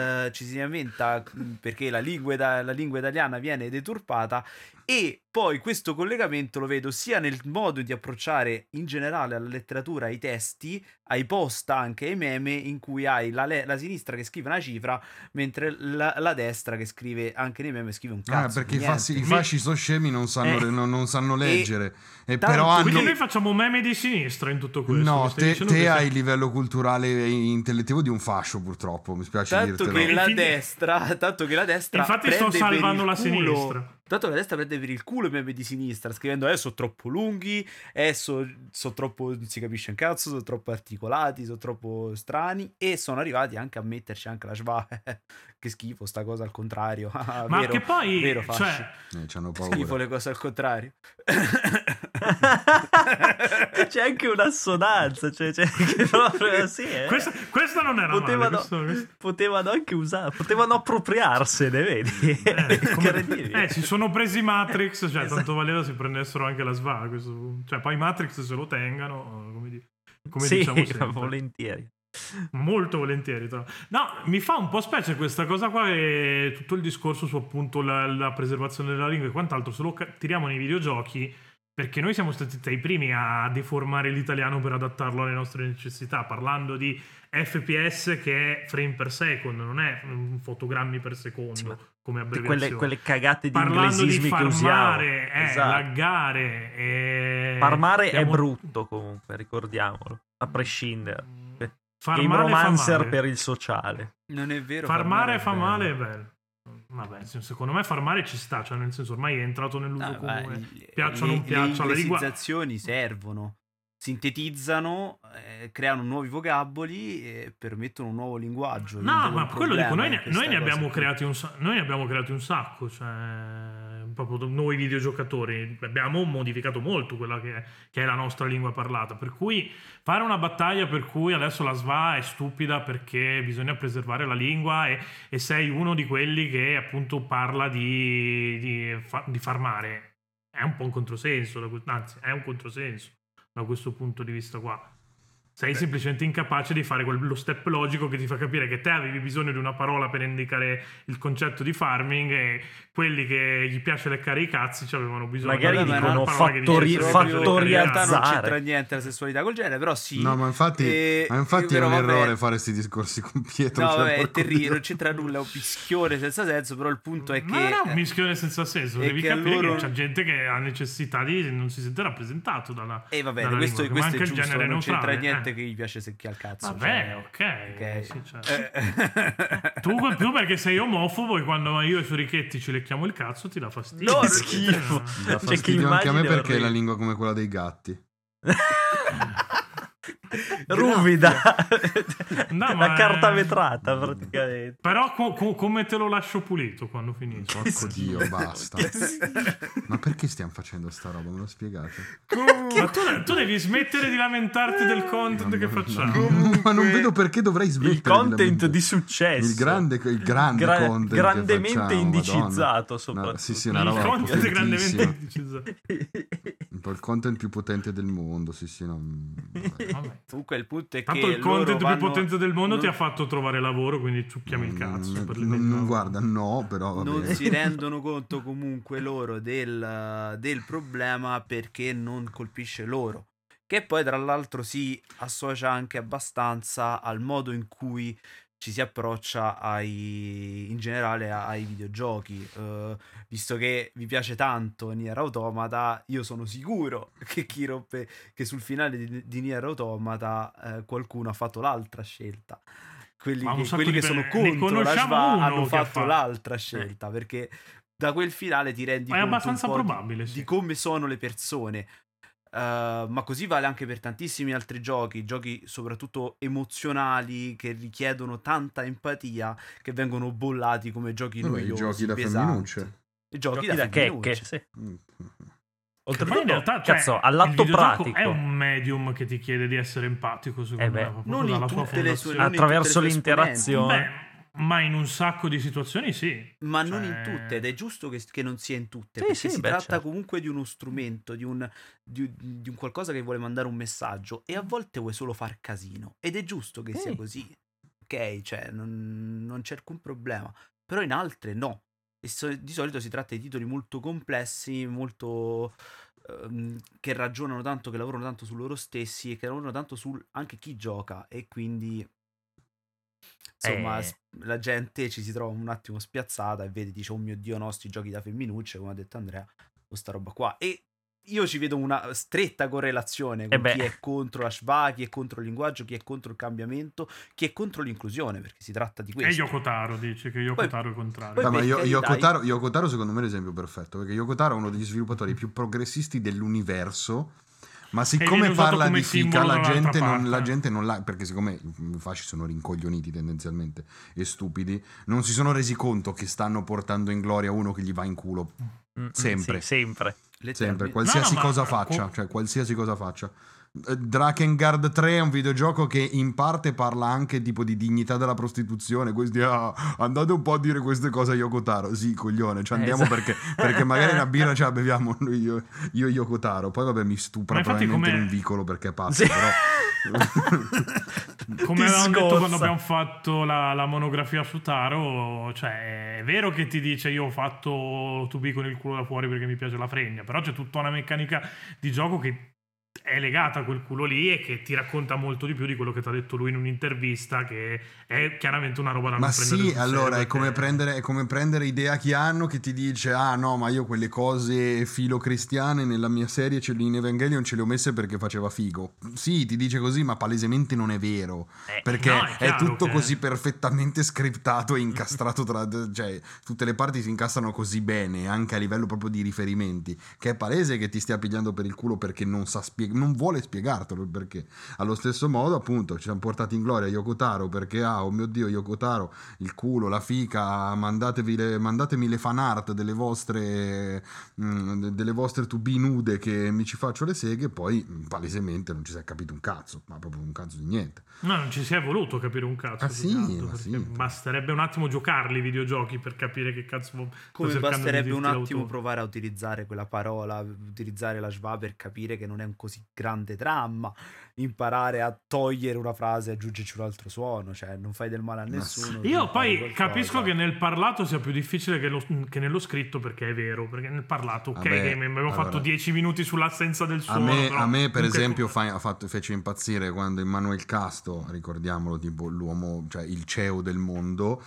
perché la lingua italiana viene deturpata, e poi questo collegamento lo vedo sia nel modo di approcciare in generale alla letteratura, ai testi, ai post, anche ai meme, in cui hai la sinistra che scrive una cifra, mentre la destra che scrive, anche nei meme, scrive un cazzo. Perché i fasci sono scemi, non sanno leggere. Però quindi noi facciamo meme di sinistra in tutto questo. No, te hai il livello culturale e intellettivo di un fascio, purtroppo. Mi spiace dirtelo. Tanto che la destra infatti sto salvando la sinistra. Tanto la destra prende per il culo i meme di sinistra, scrivendo sono troppo lunghi, sono troppo, non si capisce un cazzo, sono troppo articolati, sono troppo strani, e sono arrivati anche a metterci anche la Shva. Che schifo sta cosa al contrario. Ma vero, che poi vero, c'hanno paura. schifo le cose al contrario. C'è anche un'assonanza, cioè che proprio sì, questa non era potevano anche usare, potevano appropriarsene, vedi? Ci sono presi Matrix, cioè tanto valeva si prendessero anche la Shva, cioè poi Matrix se lo tengano, come sì, diciamo sempre. volentieri. Molto volentieri. No, mi fa un po' specie questa cosa qua, e tutto il discorso su appunto la preservazione della lingua e quant'altro, se lo tiriamo nei videogiochi, perché noi siamo stati tra i primi a deformare l'italiano per adattarlo alle nostre necessità, parlando di FPS che è frame per second, non è fotogrammi per secondo, sì, come abbreviazione. Quelle cagate di inglesismi che usiamo. Laggare, farmare è brutto, comunque, ricordiamolo, a prescindere. Game romancer per il sociale. Non è vero. Farmare fa male, è bello. Vabbè, secondo me farmare ci sta, cioè nel senso ormai è entrato nell'uso comune. Piaccia o non piaccia, le inglesizzazioni servono, sintetizzano, creano nuovi vocaboli e permettono un nuovo linguaggio. No, ma quello dico, noi ne abbiamo creati un sacco, cioè proprio noi videogiocatori abbiamo modificato molto quella che è la nostra lingua parlata, per cui fare una battaglia per cui adesso la Shva è stupida perché bisogna preservare la lingua e sei uno di quelli che appunto parla di farmare, è un po' un controsenso, anzi è un controsenso da questo punto di vista qua. Sei semplicemente incapace di fare lo step logico che ti fa capire che te avevi bisogno di una parola per indicare il concetto di farming, e quelli che gli piace leccare i cazzi ci avevano bisogno magari di dicono fattoriazzare. Non c'entra niente la sessualità col genere, però sì. No, ma infatti è un errore fare questi discorsi con Pietro. No, vabbè, è terribile, non c'entra nulla, è un mischione senza senso, però il punto è che... Ma non è un mischione senza senso, devi capire che c'è gente che ha necessità non si sente rappresentato dalla va bene, questo è giusto, il genere non c'entra neutrale, niente che gli piace secchiare al cazzo. Vabbè, ok. Sì, certo. Tu perché sei omofobo e quando io e Sorichetti ci lecchiamo il cazzo ti dà fastidio. No, schifo. Dà fastidio anche a me perché è la lingua come quella dei gatti. Ruvida. No, la carta vetrata praticamente. Però come te lo lascio pulito quando finisco? Porco Dio, basta. Ma perché stiamo facendo sta roba? Me lo spiegate? Ma tu devi smettere di lamentarti del content che facciamo. Ma non vedo perché dovrei smettere. Il content di successo, il grande content grandemente che facciamo, indicizzato, Madonna. soprattutto. Sì, una roba il content grandemente indicizzato. il content più potente del mondo, sì, no. Vabbè. Comunque il punto è tanto che il content loro più potente del mondo non- ti ha fatto trovare lavoro, quindi ciucchiami il cazzo per le mie Guarda, no, però va non bene. si rendono conto comunque loro del problema perché non colpisce loro. Che poi tra l'altro si associa anche abbastanza al modo in cui ci si approccia in generale ai videogiochi. Visto che vi piace tanto Nier Automata, io sono sicuro che chi rompe, che sul finale di Nier Automata qualcuno ha fatto l'altra scelta. Ma un sacco Quelli di che sono ne contro la conosciamo Shva uno hanno che ha fatto l'altra scelta, perché da quel finale ti rendi Ma è conto abbastanza un po' probabile, di sì. come sono le persone. Ma così vale anche per tantissimi altri giochi soprattutto emozionali che richiedono tanta empatia, che vengono bollati come giochi Vabbè, i noiosi, giochi da pesanti. femminucce. I giochi da checche, femminucce. sì. Mm. Oltretutto, Poi in realtà, cioè, cazzo, il all'atto videogioco pratico, è un medium che ti chiede di essere empatico, secondo me, proprio Non in dalla sua tutte le sue, fondazione. non in attraverso tutte le sue l'interazione. Beh, ma in un sacco di situazioni sì. ma Cioè, non in tutte, ed è giusto che non sia in tutte, Sì, perché sì, si beh, tratta certo. comunque di uno strumento, di un qualcosa che vuole mandare un messaggio, e a volte vuoi solo far casino, ed è giusto che sia Sì. così, ok? Cioè, non c'è alcun problema, però in altre no. E di solito si tratta di titoli molto complessi, molto che ragionano tanto, che lavorano tanto su loro stessi e che lavorano tanto su anche chi gioca, e quindi insomma la gente ci si trova un attimo spiazzata e vede, dice, oh mio Dio, no, sti giochi da femminucce, come ha detto Andrea, questa roba qua. E io ci vedo una stretta correlazione con chi è contro la Shva, chi è contro il linguaggio, chi è contro il cambiamento, chi è contro l'inclusione, perché si tratta di è questo. Yoko Taro, dice che Yoko Taro è il contrario. poi- Ma per carità, Yoko Taro secondo me è l'esempio perfetto, perché Yoko Taro è uno degli sviluppatori più progressisti dell'universo, ma siccome viene usato parla come di fica simbolo la dall'altra parte. gente non l'ha, perché siccome i fasci sono rincoglioniti tendenzialmente e stupidi, non si sono resi conto che stanno portando in gloria uno che gli va in culo sempre. Sì, sempre. Sempre, qualsiasi No, no, cosa ma- faccia, cioè qualsiasi cosa faccia. Drakengard 3 è un videogioco che in parte parla anche tipo di dignità della prostituzione. Questi andate un po' a dire queste cose a Yoko Taro. Sì, coglione, ci andiamo Esatto. perché magari una birra ce la beviamo io e Yoko Taro. Poi vabbè, mi stupra Ma infatti probabilmente in come- un vicolo perché è pazzo, Sì. però Come avevamo detto scozza. quando abbiamo fatto la monografia su Taro, cioè è vero che ti dice io ho fatto to be con il culo da fuori perché mi piace la fregna, però c'è tutta una meccanica di gioco che è legata a quel culo lì e che ti racconta molto di più di quello che ti ha detto lui in un'intervista, che è chiaramente una roba da non ma prendere sì, sul allora serio, è come prendere idea chi hanno che ti dice ah no, ma io quelle cose filo-cristiane nella mia serie in Evangelion ce le ho messe perché faceva figo. Sì, ti dice così, ma palesemente non è vero, perché no, è è chiaro tutto che- così perfettamente scriptato e incastrato cioè tutte le parti si incastrano così bene, anche a livello proprio di riferimenti, che è palese che ti stia pigliando per il culo perché non vuole spiegartelo il perché. Allo stesso modo, appunto, ci siamo portati in gloria Yoko Taro perché oh mio Dio, Yoko Taro, il culo, la fica, mandatemi le fan art delle vostre to be nude che mi ci faccio le seghe, poi palesemente non ci si è capito un cazzo, ma proprio un cazzo di niente. No, non ci si è voluto capire un cazzo. Ah, più sì, che altro, ma perché sì. basterebbe un attimo giocarli i videogiochi per capire che cazzo sta come cercando di basterebbe un dirti attimo l'autore. provare a utilizzare quella parola, utilizzare la Shva per capire che non è un così grande dramma, imparare a togliere una frase e aggiungerci un altro suono, cioè non fai del male a nessuno. Io tu poi fai capisco qualcosa. che nel parlato sia più difficile che nello scritto, perché è vero, perché nel parlato ok, Vabbè, che abbiamo allora, fatto 10 minuti sull'assenza del A suono, me, però a me, per comunque- esempio fece impazzire quando Immanuel Casto, ricordiamolo, tipo l'uomo, cioè il CEO del mondo,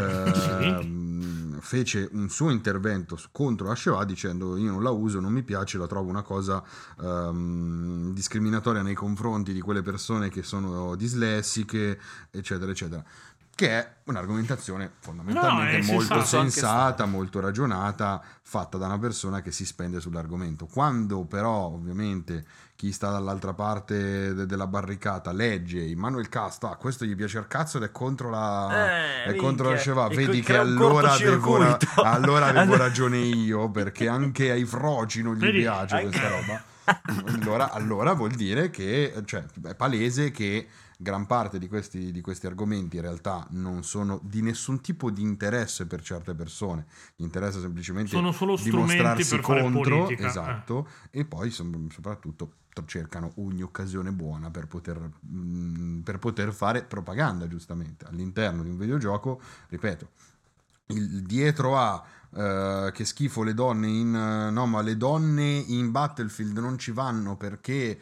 fece un suo intervento contro la Shoah dicendo io non la uso, non mi piace, la trovo una cosa discriminatoria nei confronti di quelle persone che sono dislessiche, eccetera eccetera, che è un'argomentazione fondamentalmente No, è molto sensato, anche sensata, stato. molto ragionata, fatta da una persona che si spende sull'argomento. Quando però ovviamente chi sta dall'altra parte della barricata legge Immanuel Casta, questo gli piace il cazzo ed è contro è contro la Sheva, vedi che crea un allora cortocircuito. avevo ragione io, perché anche ai froci non gli Vedi, piace questa roba. Allora vuol dire che, cioè, è palese che gran parte di questi argomenti in realtà non sono di nessun tipo di interesse per certe persone, gli interessa semplicemente sono solo strumenti dimostrarsi per fare contro, politica. esatto, e poi soprattutto cercano ogni occasione buona per poter fare propaganda, giustamente, all'interno di un videogioco, ripeto, dietro a che schifo le donne no, ma le donne in Battlefield non ci vanno perché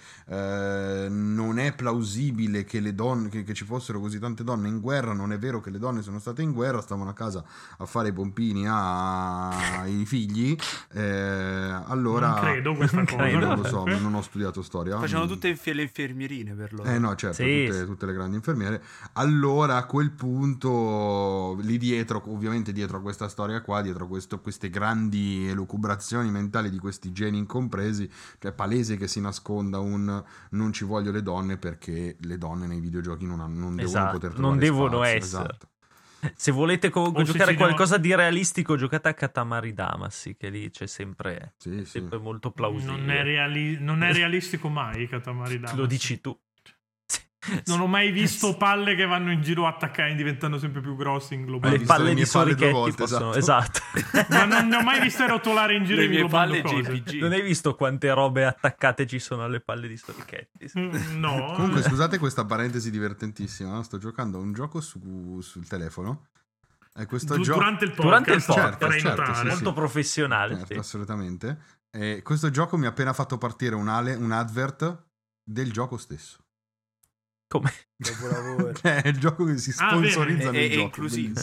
non è plausibile che le donne che ci fossero così tante donne in guerra, non è vero che le donne sono state in guerra, stavano a casa a fare i pompini ai figli, allora non credo questa cosa, non lo so, non ho studiato storia, facevano tutte le infermierine per loro, no, certo, tutte le grandi infermiere. Allora a quel punto lì dietro, ovviamente dietro a questa storia qua, dietro a queste grandi elucubrazioni mentali di questi geni incompresi, cioè palese che si nasconda non ci voglio le donne perché le donne nei videogiochi non devono poter trovare non devono spazio, essere. esatto. Se volete comunque giocare qualcosa di realistico, giocate a Katamari Damacy, che lì c'è sempre, sempre molto plausibile. Non è realistico mai Katamari Damacy. Lo dici tu. Non ho mai visto palle che vanno in giro a attaccare diventando sempre più grossi, inglobando. Le palle di Sorichetti possono... Esatto. Ma non ne ho mai viste rotolare in giro inglobando cose. Non hai visto quante robe attaccate ci sono alle palle di Sorichetti? No. Comunque scusate questa parentesi divertentissima, sto giocando a un gioco sul telefono. E questo durante il podcast, certo, molto professionale, certo, assolutamente. E questo gioco mi ha appena fatto partire un advert del gioco stesso. Come? È il gioco che si sponsorizza nel gioco. È inclusivo.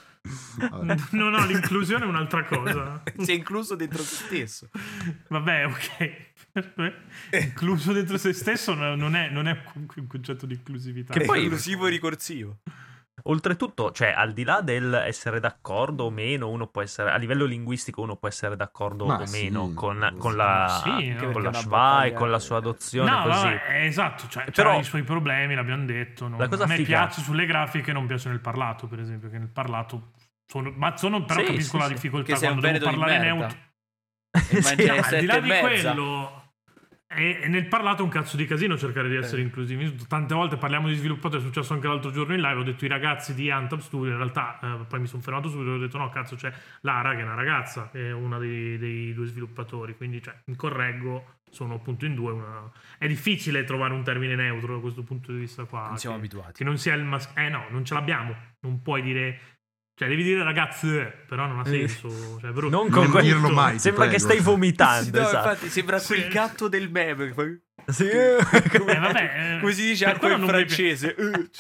No, l'inclusione è un'altra cosa. Si è incluso dentro se stesso. Vabbè, ok. Incluso dentro se stesso non è un concetto di inclusività. Che poi è inclusivo e ricorsivo. Oltretutto, cioè, al di là del essere d'accordo o meno, uno può essere, a livello linguistico uno può essere d'accordo o meno con la SHVA e con la sua adozione. No, così. Vabbè, esatto, cioè, però ha i suoi problemi, l'abbiamo detto. A me piace sulle grafiche, non piace nel parlato, per esempio, che nel parlato però capisco la difficoltà che quando devo parlare neutro. Al di là di quello... E nel parlato è un cazzo di casino cercare di essere inclusivi. Tante volte parliamo di sviluppatori, è successo anche l'altro giorno in live, ho detto i ragazzi di Anthem Studio, in realtà poi mi sono fermato subito e ho detto no cazzo, c'è Lara che è una ragazza, è una dei due sviluppatori, quindi cioè, mi correggo, sono appunto in due. È difficile trovare un termine neutro da questo punto di vista qua, non siamo abituati, che non sia il no, non ce l'abbiamo, non puoi dire. Cioè, devi dire ragazzi, però non ha senso. Cioè, non dirlo mai. Sembra che stai vomitando. No, esatto. Infatti, sembra quel gatto del meme. Sì. Vabbè, come si dice anche in francese.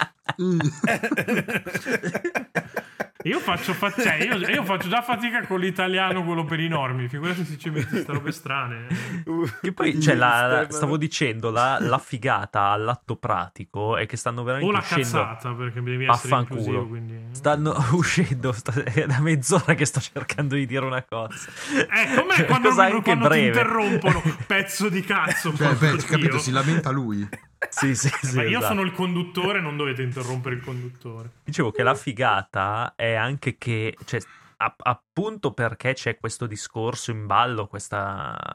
Io faccio già fatica con l'italiano, quello per i normi. Figurati se ci metti queste robe strane. Che poi stavo dicendo, la figata all'atto pratico è che stanno veramente uscendo. O la cazzata, perché devi essere inclusivo, quindi... Stanno uscendo, è da mezz'ora che sto cercando di dire una cosa. Com'è quando ti interrompono? Pezzo di cazzo. Capito, si lamenta lui. Sì, ma io esatto. sono il conduttore, non dovete interrompere il conduttore. Dicevo che la figata è anche che, cioè, appunto perché c'è questo discorso in ballo, questa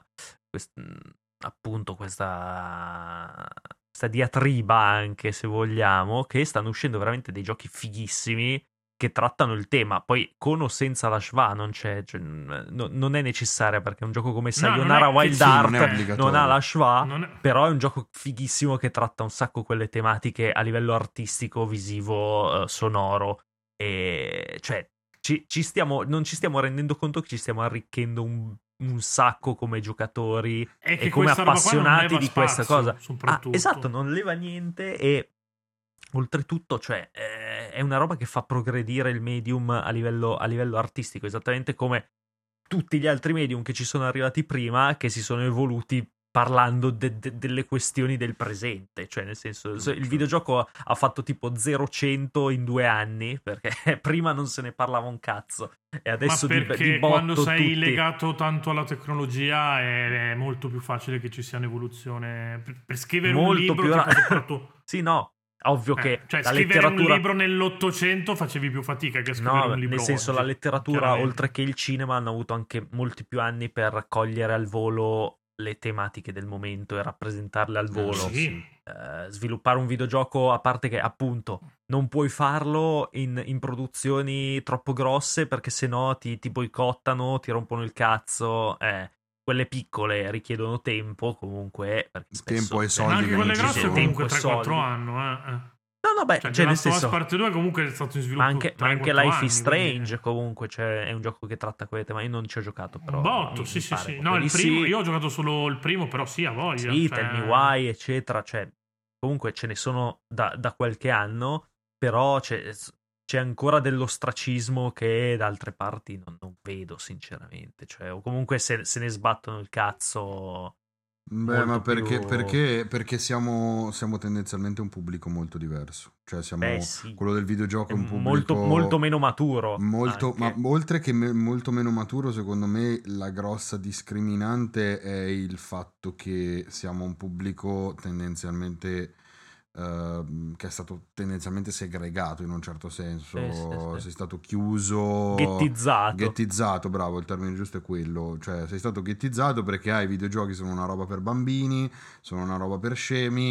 diatriba anche, se vogliamo, che stanno uscendo veramente dei giochi fighissimi che trattano il tema, poi con o senza la SHVA non c'è, cioè, non è necessaria, perché è un gioco come Sayonara Wild Heart non ha la SHVA, però è un gioco fighissimo che tratta un sacco quelle tematiche a livello artistico, visivo, sonoro, e cioè non ci stiamo rendendo conto che ci stiamo arricchendo un sacco come giocatori e come appassionati di questa cosa. Esatto, non leva niente e oltretutto, cioè, è una roba che fa progredire il medium a livello artistico, esattamente come tutti gli altri medium che ci sono arrivati prima, che si sono evoluti parlando delle questioni del presente. Cioè, nel senso, il videogioco ha fatto tipo 0-100 in 2 anni, perché prima non se ne parlava un cazzo. E adesso ma perché di botto quando sei tutti... legato tanto alla tecnologia è molto più facile che ci sia un'evoluzione. Per scrivere molto un libro... Sì, no. Ovvio che cioè, la scrivere letteratura... un libro nell'800 facevi più fatica che scrivere un libro nel senso oggi, la letteratura oltre che il cinema hanno avuto anche molti più anni per cogliere al volo le tematiche del momento e rappresentarle al volo. Sì. sviluppare un videogioco, a parte che appunto non puoi farlo in produzioni troppo grosse perché sennò ti boicottano, ti rompono il cazzo. Quelle piccole richiedono tempo comunque, perché tempo e Ma soldi anche che quelle non ci grosse sono. comunque Tempo e 3-4 soldi. anni. No, beh, Cioè, nel Last of Us senso, Part 2 comunque è stato in sviluppo ma anche 3-4 Life anni, is Strange quindi... comunque, cioè, è un gioco che tratta quelle temi. Io non ci ho giocato, però Un botto, mi sì. pare No, il di primo, sì. io ho giocato solo il primo, però sì, a voglia. Sì, cioè... Tell Me Why, eccetera, cioè, comunque ce ne sono da qualche anno, però c'è ancora dell'ostracismo che da altre parti non vedo, sinceramente. Cioè, o comunque se ne sbattono il cazzo Beh, molto ma più... perché siamo tendenzialmente un pubblico molto diverso. Cioè, Beh, siamo sì, quello del è videogioco è un molto, pubblico molto meno maturo, ma anche. oltre che molto meno maturo, secondo me la grossa discriminante è il fatto che siamo un pubblico tendenzialmente che è stato tendenzialmente segregato in un certo senso, Sì. sei stato chiuso, Ghettizzato. bravo, il termine giusto è quello, cioè sei stato ghettizzato perché i videogiochi sono una roba per bambini, sono una roba per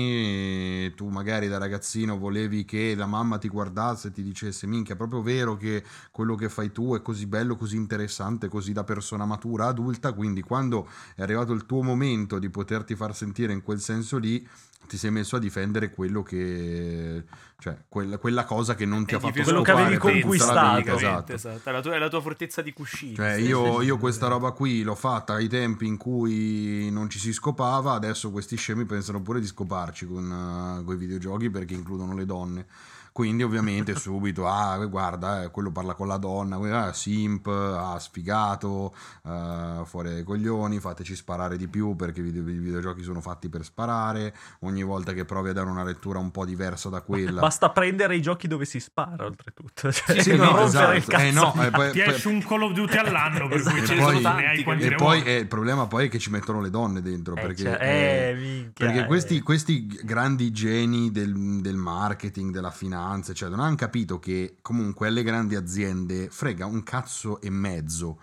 scemi, e tu magari da ragazzino volevi che la mamma ti guardasse e ti dicesse minchia, è proprio vero che quello che fai tu è così bello, così interessante, così da persona matura, adulta, quindi quando è arrivato il tuo momento di poterti far sentire in quel senso lì, ti sei messo a difendere quello che, cioè quella cosa che non ti ha fatto quello che avevi scopare per tutta la vita, conquistato. esatto. È la tua fortezza di cuscino. Cioè io questa roba qui l'ho fatta ai tempi in cui non ci si scopava, adesso questi scemi pensano pure di scoparci con i videogiochi perché includono le donne. Quindi ovviamente subito, guarda, quello parla con la donna, simp, sfigato, fuori dai coglioni, fateci sparare di più perché i videogiochi sono fatti per sparare, ogni volta che provi a dare una lettura un po' diversa da quella... Basta prendere i giochi dove si spara, oltretutto. Cioè, Sì, non no, rompere esatto. il cazzo. Ti esce un Call of Duty all'anno, per cui ce ne sono tanti. E poi il problema poi è che ci mettono le donne dentro, perché, minchia, perché questi grandi geni del marketing, della finanza, cioè non hanno capito che comunque alle grandi aziende frega un cazzo e mezzo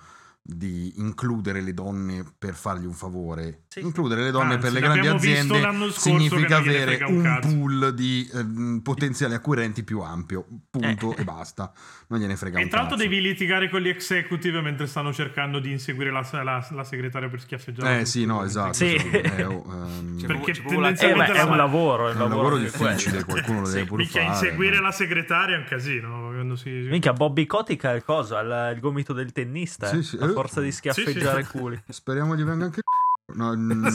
di includere le donne per fargli un favore. Includere le donne per le grandi aziende significa avere un pool di potenziali acquirenti più ampio, punto e basta, non gliene frega un cazzo. E tra l'altro devi litigare con gli executive mentre stanno cercando di inseguire la segretaria per schiaffeggiare. Sì, no, esatto. Sì. Perché tendenzialmente è un lavoro difficile, qualcuno lo deve pure fare. Inseguire la segretaria è un casino. Minchia, Bobby Kotick è il coso, il gomito del tennista, a forza di schiaffeggiare culi. Speriamo gli venga anche no. Un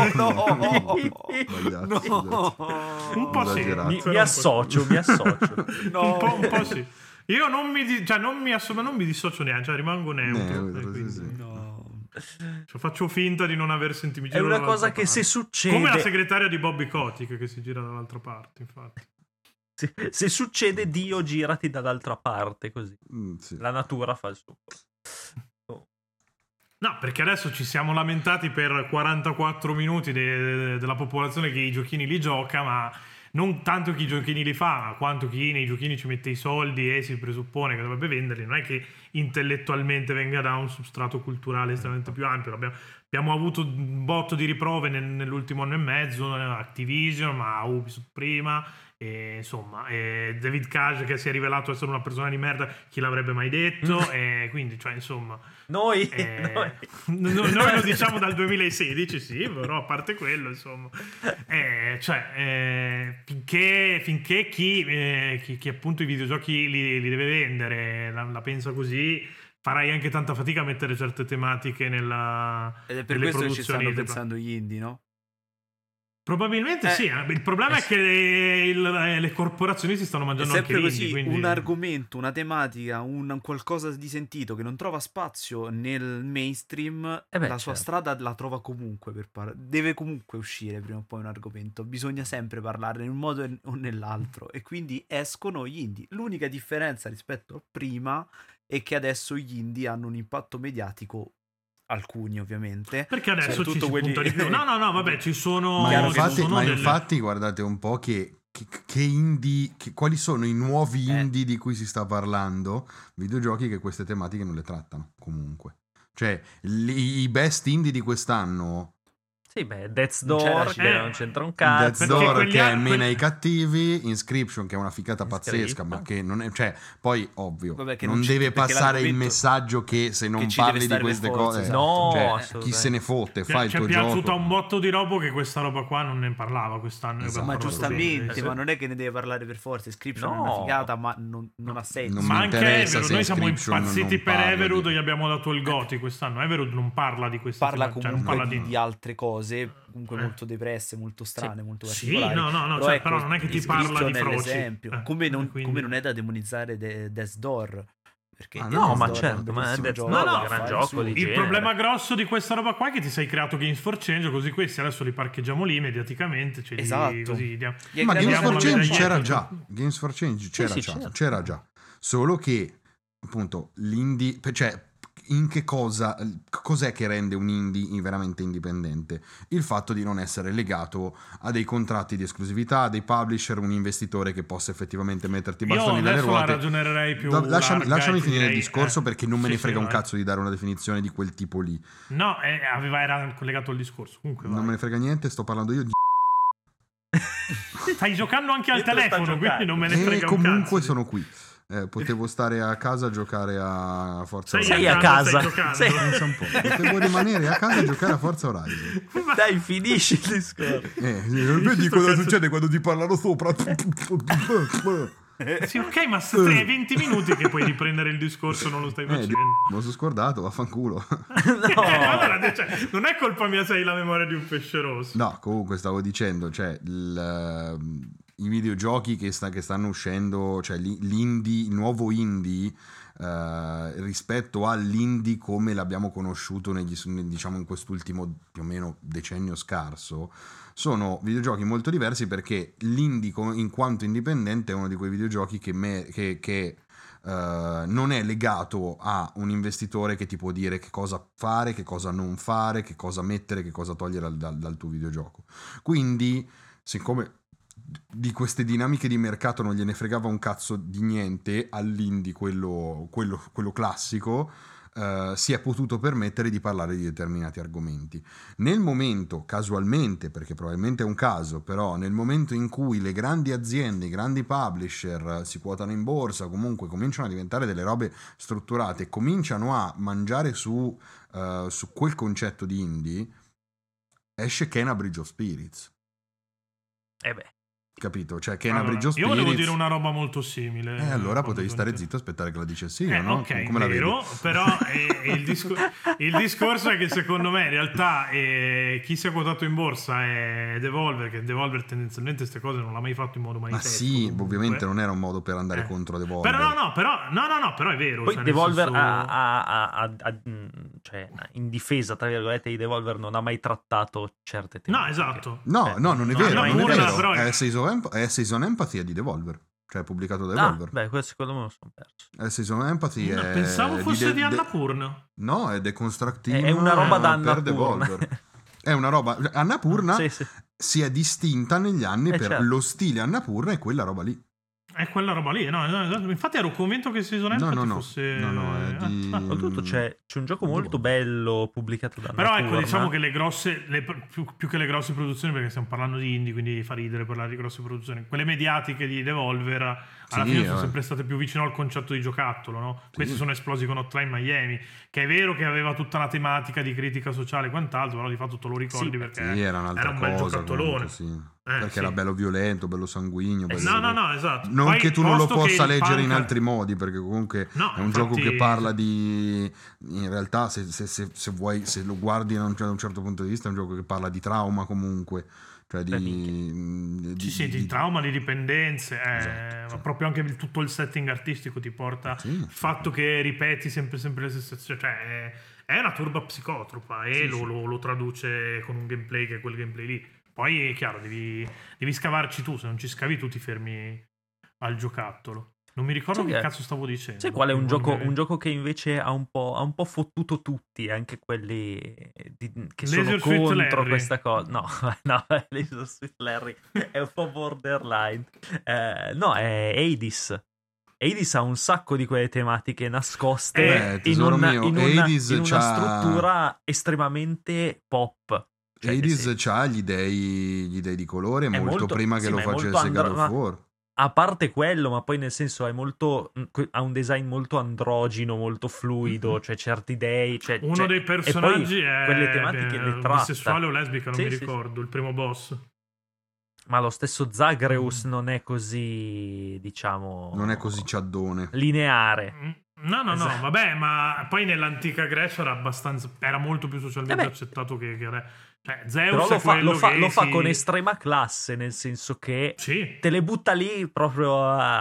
po' sì. Mi associo. No. Un po' sì. Io non mi dissocio neanche, cioè rimango neutro. Cioè, faccio finta di non aver sentito. È una cosa che se succede, come la segretaria di Bobby Kotick che si gira dall'altra parte, infatti. Se succede, Dio, girati dall'altra parte, così. Sì. La natura fa il suo. No, perché adesso ci siamo lamentati per 44 minuti della popolazione che i giochini li gioca, ma non tanto chi i giochini li fa, ma quanto chi nei giochini ci mette i soldi e si presuppone che dovrebbe venderli. Non è che intellettualmente venga da un substrato culturale estremamente più ampio. Abbiamo avuto un botto di riprove nell'ultimo anno e mezzo, Activision, ma Ubisoft prima, e insomma, David Cage che si è rivelato essere una persona di merda, chi l'avrebbe mai detto, e quindi, cioè, insomma... Noi lo diciamo dal 2016, sì, però a parte quello, insomma, finché chi appunto i videogiochi li deve vendere la pensa così, farai anche tanta fatica a mettere certe tematiche nelle ed è per questo produzioni che ci stanno pensando gli indie, no? Probabilmente sì, il problema è che le corporazioni si stanno mangiando anche così, quindi... un argomento, una tematica, un qualcosa di sentito che non trova spazio nel mainstream, la sua strada la trova comunque deve comunque uscire prima o poi un argomento, bisogna sempre parlarne in un modo o nell'altro, e quindi escono gli indie. L'unica differenza rispetto a prima è che adesso gli indie hanno un impatto mediatico, alcuni ovviamente, perché adesso ci si punta di più. No, vabbè, ci sono... infatti guardate un po' che indie, quali sono i nuovi indie di cui si sta parlando, videogiochi che queste tematiche non le trattano comunque, cioè i best indie di quest'anno Sì, beh, Death's Non c'era Door, Cile. che non c'entra un cazzo. Death's perché Door quegli che altri- mena i cattivi, Inscription che è una ficata pazzesca, Inscription. ma che non è, cioè, poi ovvio, Vabbè, che non non deve c'è- perché passare il l'argomento messaggio che se non che ci deve parli di stare per queste forza, cose, esatto. No, cioè, assolutamente. chi se ne fotte, fai il Ci è tuo piaciuta gioco. un botto di robo che questa roba qua non ne parlava quest'anno. Esatto. Ma abbiamo parlato giustamente, bene. ma non è che ne deve parlare per forza. Inscription è una No. figata, ma non ha senso. Non Ma mi anche interessa Everwood, se noi siamo Inscription impazziti non per parla Everwood, di- gli abbiamo dato il Goti quest'anno. Everwood non parla di queste Parla cioè, non comunque parla di altre cose, comunque molto depresse, molto strane, molto Sì, particolari. no, Però, cioè, ecco, però non è che ti parla di Inscription è froci. l'esempio. Come Quindi- non è da demonizzare Death's Door. Perché Ah, Death's no, ma Door è certo, un ma bellissimo Death's gioco, Door è un fa gran il gioco suo. di Il genere. problema grosso di questa roba qua è che ti sei creato Games for Change, così questi adesso li parcheggiamo lì mediaticamente. Ce li, Esatto. così, Gli hai Ma creato Games diamo for la Change medaglietta. c'era già. Games for Change c'era sì, già. certo. C'era già. Solo che, appunto, l'indie, cioè, in che cosa, cos'è che rende un indie veramente indipendente? Il fatto di non essere legato a dei contratti di esclusività, a dei publisher, un investitore che possa effettivamente metterti i Io bastoni dalle adesso la ruote. ragionerei più Lasciami larga e ti finire il direi, discorso perché non me ne sì, frega sì, un vai. cazzo di dare una definizione di quel tipo lì. No, era collegato al discorso. Comunque, Non vai. me ne frega niente, sto parlando io di... Stai giocando anche al Mentre sta telefono, quindi giocando. non me ne E frega un comunque cazzo. sono qui. Potevo stare a casa a giocare a Forza Sei Horizon. a casa. stai giocando. Sei- Pensa un po'. Potevo rimanere a casa a giocare a Forza Horizon. Dai, finisci il discorso. Vedi sto cosa cazzo- succede quando ti parlano sopra? Sì, ok, ma è 20 minuti che puoi riprendere il discorso, non lo stai facendo. Me lo sono scordato, vaffanculo. Allora, cioè, non è colpa mia se hai la memoria di un pesce rosso. No, comunque stavo dicendo, cioè i videogiochi che stanno uscendo, cioè l'indie, il nuovo indie rispetto all'indie come l'abbiamo conosciuto diciamo in quest'ultimo più o meno decennio scarso, sono videogiochi molto diversi perché l'indie in quanto indipendente è uno di quei videogiochi che non è legato a un investitore che ti può dire che cosa fare, che cosa non fare, che cosa mettere, che cosa togliere dal tuo videogioco. Quindi, siccome di queste dinamiche di mercato non gliene fregava un cazzo di niente all'indie, quello classico, si è potuto permettere di parlare di determinati argomenti. Nel momento, casualmente, perché probabilmente è un caso, però nel momento in cui le grandi aziende, i grandi publisher si quotano in borsa, comunque cominciano a diventare delle robe strutturate, cominciano a mangiare su quel concetto di indie, esce Kena Bridge of Spirits. Beh. Capito? Cioè Kena Allora, Bridge of io Spirits. volevo dire una roba molto simile. Allora quando potevi stare conti- zitto e aspettare che la dicessi io, no? Ok, Come la vedi? vero, però il discorso è che secondo me in realtà chi si è quotato in borsa è Devolver, che Devolver tendenzialmente queste cose non l'ha mai fatto in modo Ma manifesto. sì, comunque. ovviamente non era un modo per andare contro Devolver. Però è vero. Poi cioè, nel Devolver senso- cioè, in difesa, tra virgolette, di Devolver non ha mai trattato certe No, tematiche. esatto. No, non è no, vero, no, non è Annapurna, vero. però- Essays on Empathy è di Devolver, cioè è pubblicato da Devolver. Beh, questo secondo me lo sono perso. Essays on Empathy No, è... pensavo fosse di Annapurna. No, è Deconstructive È una roba da per Annapurna. Devolver. È una roba... Annapurna Sì. si è distinta negli anni per certo. lo stile Annapurna e quella roba lì. È quella roba lì, no, esatto. Infatti ero convinto che Season Empathy No, fosse... no, è di... Oltretutto c'è un gioco molto bello pubblicato da Però ecco, Annapurna. diciamo che le grosse, più che le grosse produzioni, perché stiamo parlando di indie, quindi fa ridere parlare di grosse produzioni, quelle mediatiche di Devolver alla fine sono sempre state più vicino al concetto di giocattolo, no? Questi sono esplosi con Hotline Miami, che è vero che aveva tutta una tematica di critica sociale e quant'altro, però di fatto te lo ricordi perché era un'altra un bel cosa, giocattolone. comunque, sì. Perché sì. era bello violento, bello sanguigno. Bello... No, esatto. Non Poi, che tu non lo posto che possa il leggere in punk- altri modi, perché comunque No, è un infatti- gioco che parla di... In realtà, se vuoi, se lo guardi da un certo punto di vista, è un gioco che parla di trauma comunque. Cioè di trauma, di dipendenze, Esatto. ma proprio anche tutto il setting artistico ti porta il fatto che ripeti sempre le stesse, cioè è una turba psicotropa e lo traduce con un gameplay che è quel gameplay lì. Poi è chiaro, devi scavarci tu, se non ci scavi tu ti fermi al giocattolo. Non mi ricordo che cazzo stavo dicendo. Sai qual è un gioco che invece ha un po' fottuto tutti, anche quelli che Laser sono Suit contro Larry. questa cosa? No, Laser Suit Larry è un po' borderline. No, è Hades. Hades ha un sacco di quelle tematiche nascoste in tesoro una mio, Hades in una c'ha... struttura estremamente pop. Cioè, Hades c'ha gli dei di colore molto prima che lo facesse God of War. A parte quello, ma poi nel senso ha un design molto androgino, molto fluido, cioè certi dei... Uno dei personaggi è quelle tematiche le tratta. Bisessuale o lesbica, non mi ricordo, il primo boss. Ma lo stesso Zagreus non è così, diciamo... Non è così ciaddone. Lineare. No, vabbè, ma poi nell'antica Grecia era molto più socialmente accettato che adesso. Cioè, Zeus però lo fa con estrema classe, nel senso che te le butta lì proprio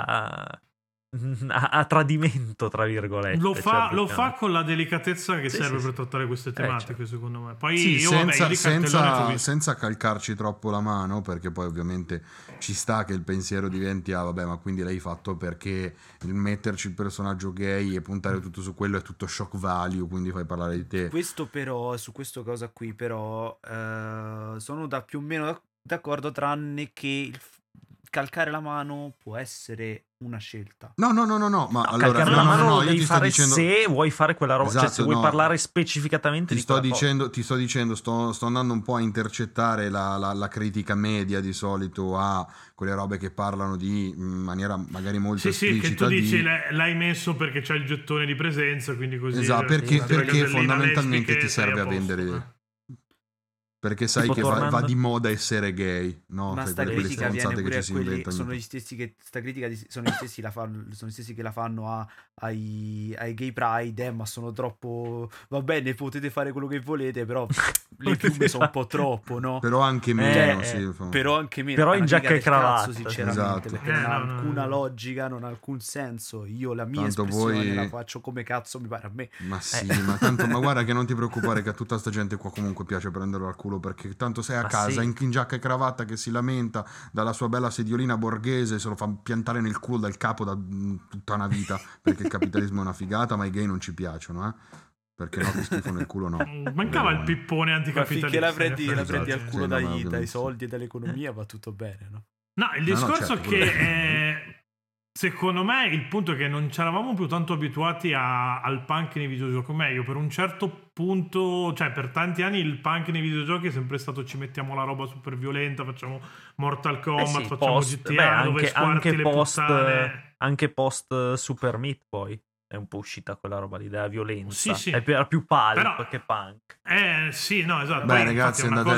a tradimento, tra virgolette. Lo fa con la delicatezza che serve per trattare queste tematiche, secondo me. Poi senza calcarci troppo la mano, perché poi ovviamente ci sta che il pensiero diventi vabbè, ma quindi l'hai fatto perché il metterci il personaggio gay e puntare tutto su quello è tutto shock value, quindi fai parlare di te. Questo però, su questa cosa qui però sono più o meno d'accordo, tranne che calcare la mano può essere una scelta. No, ma allora calcare la mano lo io devi ti fare sto dicendo... se vuoi fare quella roba, esatto, cioè se vuoi parlare specificatamente ti sto dicendo, sto andando un po' a intercettare la critica media di solito a quelle robe che parlano di maniera magari molto esplicita. Sì, che tu dici l'hai messo perché c'è il gettone di presenza, quindi così. Esatto, perché fondamentalmente ti serve a vendere... Perché sai che va di moda essere gay, no? Ma sta critica viene pure a quelli, sono gli stessi che sono gli stessi che la fanno ai gay pride, ma sono troppo, va bene, potete fare quello che volete, però le piume sono un po' troppo, no? Però anche meno, Però in giacca e cravatta, sinceramente, esatto. Perché non ha alcuna logica, non ha alcun senso. Io la mia espressione la faccio come cazzo mi pare a me. Ma sì, ma guarda che non ti preoccupare, che a tutta sta gente qua comunque piace prenderlo al culo, perché tanto sei a casa in giacca e cravatta che si lamenta dalla sua bella sediolina borghese, se lo fa piantare nel culo dal capo da tutta una vita, perché il capitalismo è una figata, ma i gay non ci piacciono, perché no, che schifo nel culo, no. Mancava il pippone anticapitalista. Finché la prendi al culo dai soldi e dall'economia va tutto bene, no? No, il discorso è che secondo me il punto è che non ci eravamo più tanto abituati al punk nei videogiochi, o meglio, per un certo punto, cioè per tanti anni il punk nei videogiochi è sempre stato ci mettiamo la roba super violenta, facciamo Mortal Kombat, facciamo GTA, dove squarti le puttane. Anche post Super Meat poi è un po' uscita quella roba lì della violenza. Sì. È più pulp che punk. Sì, no, esatto. Beh, ragazzi, andate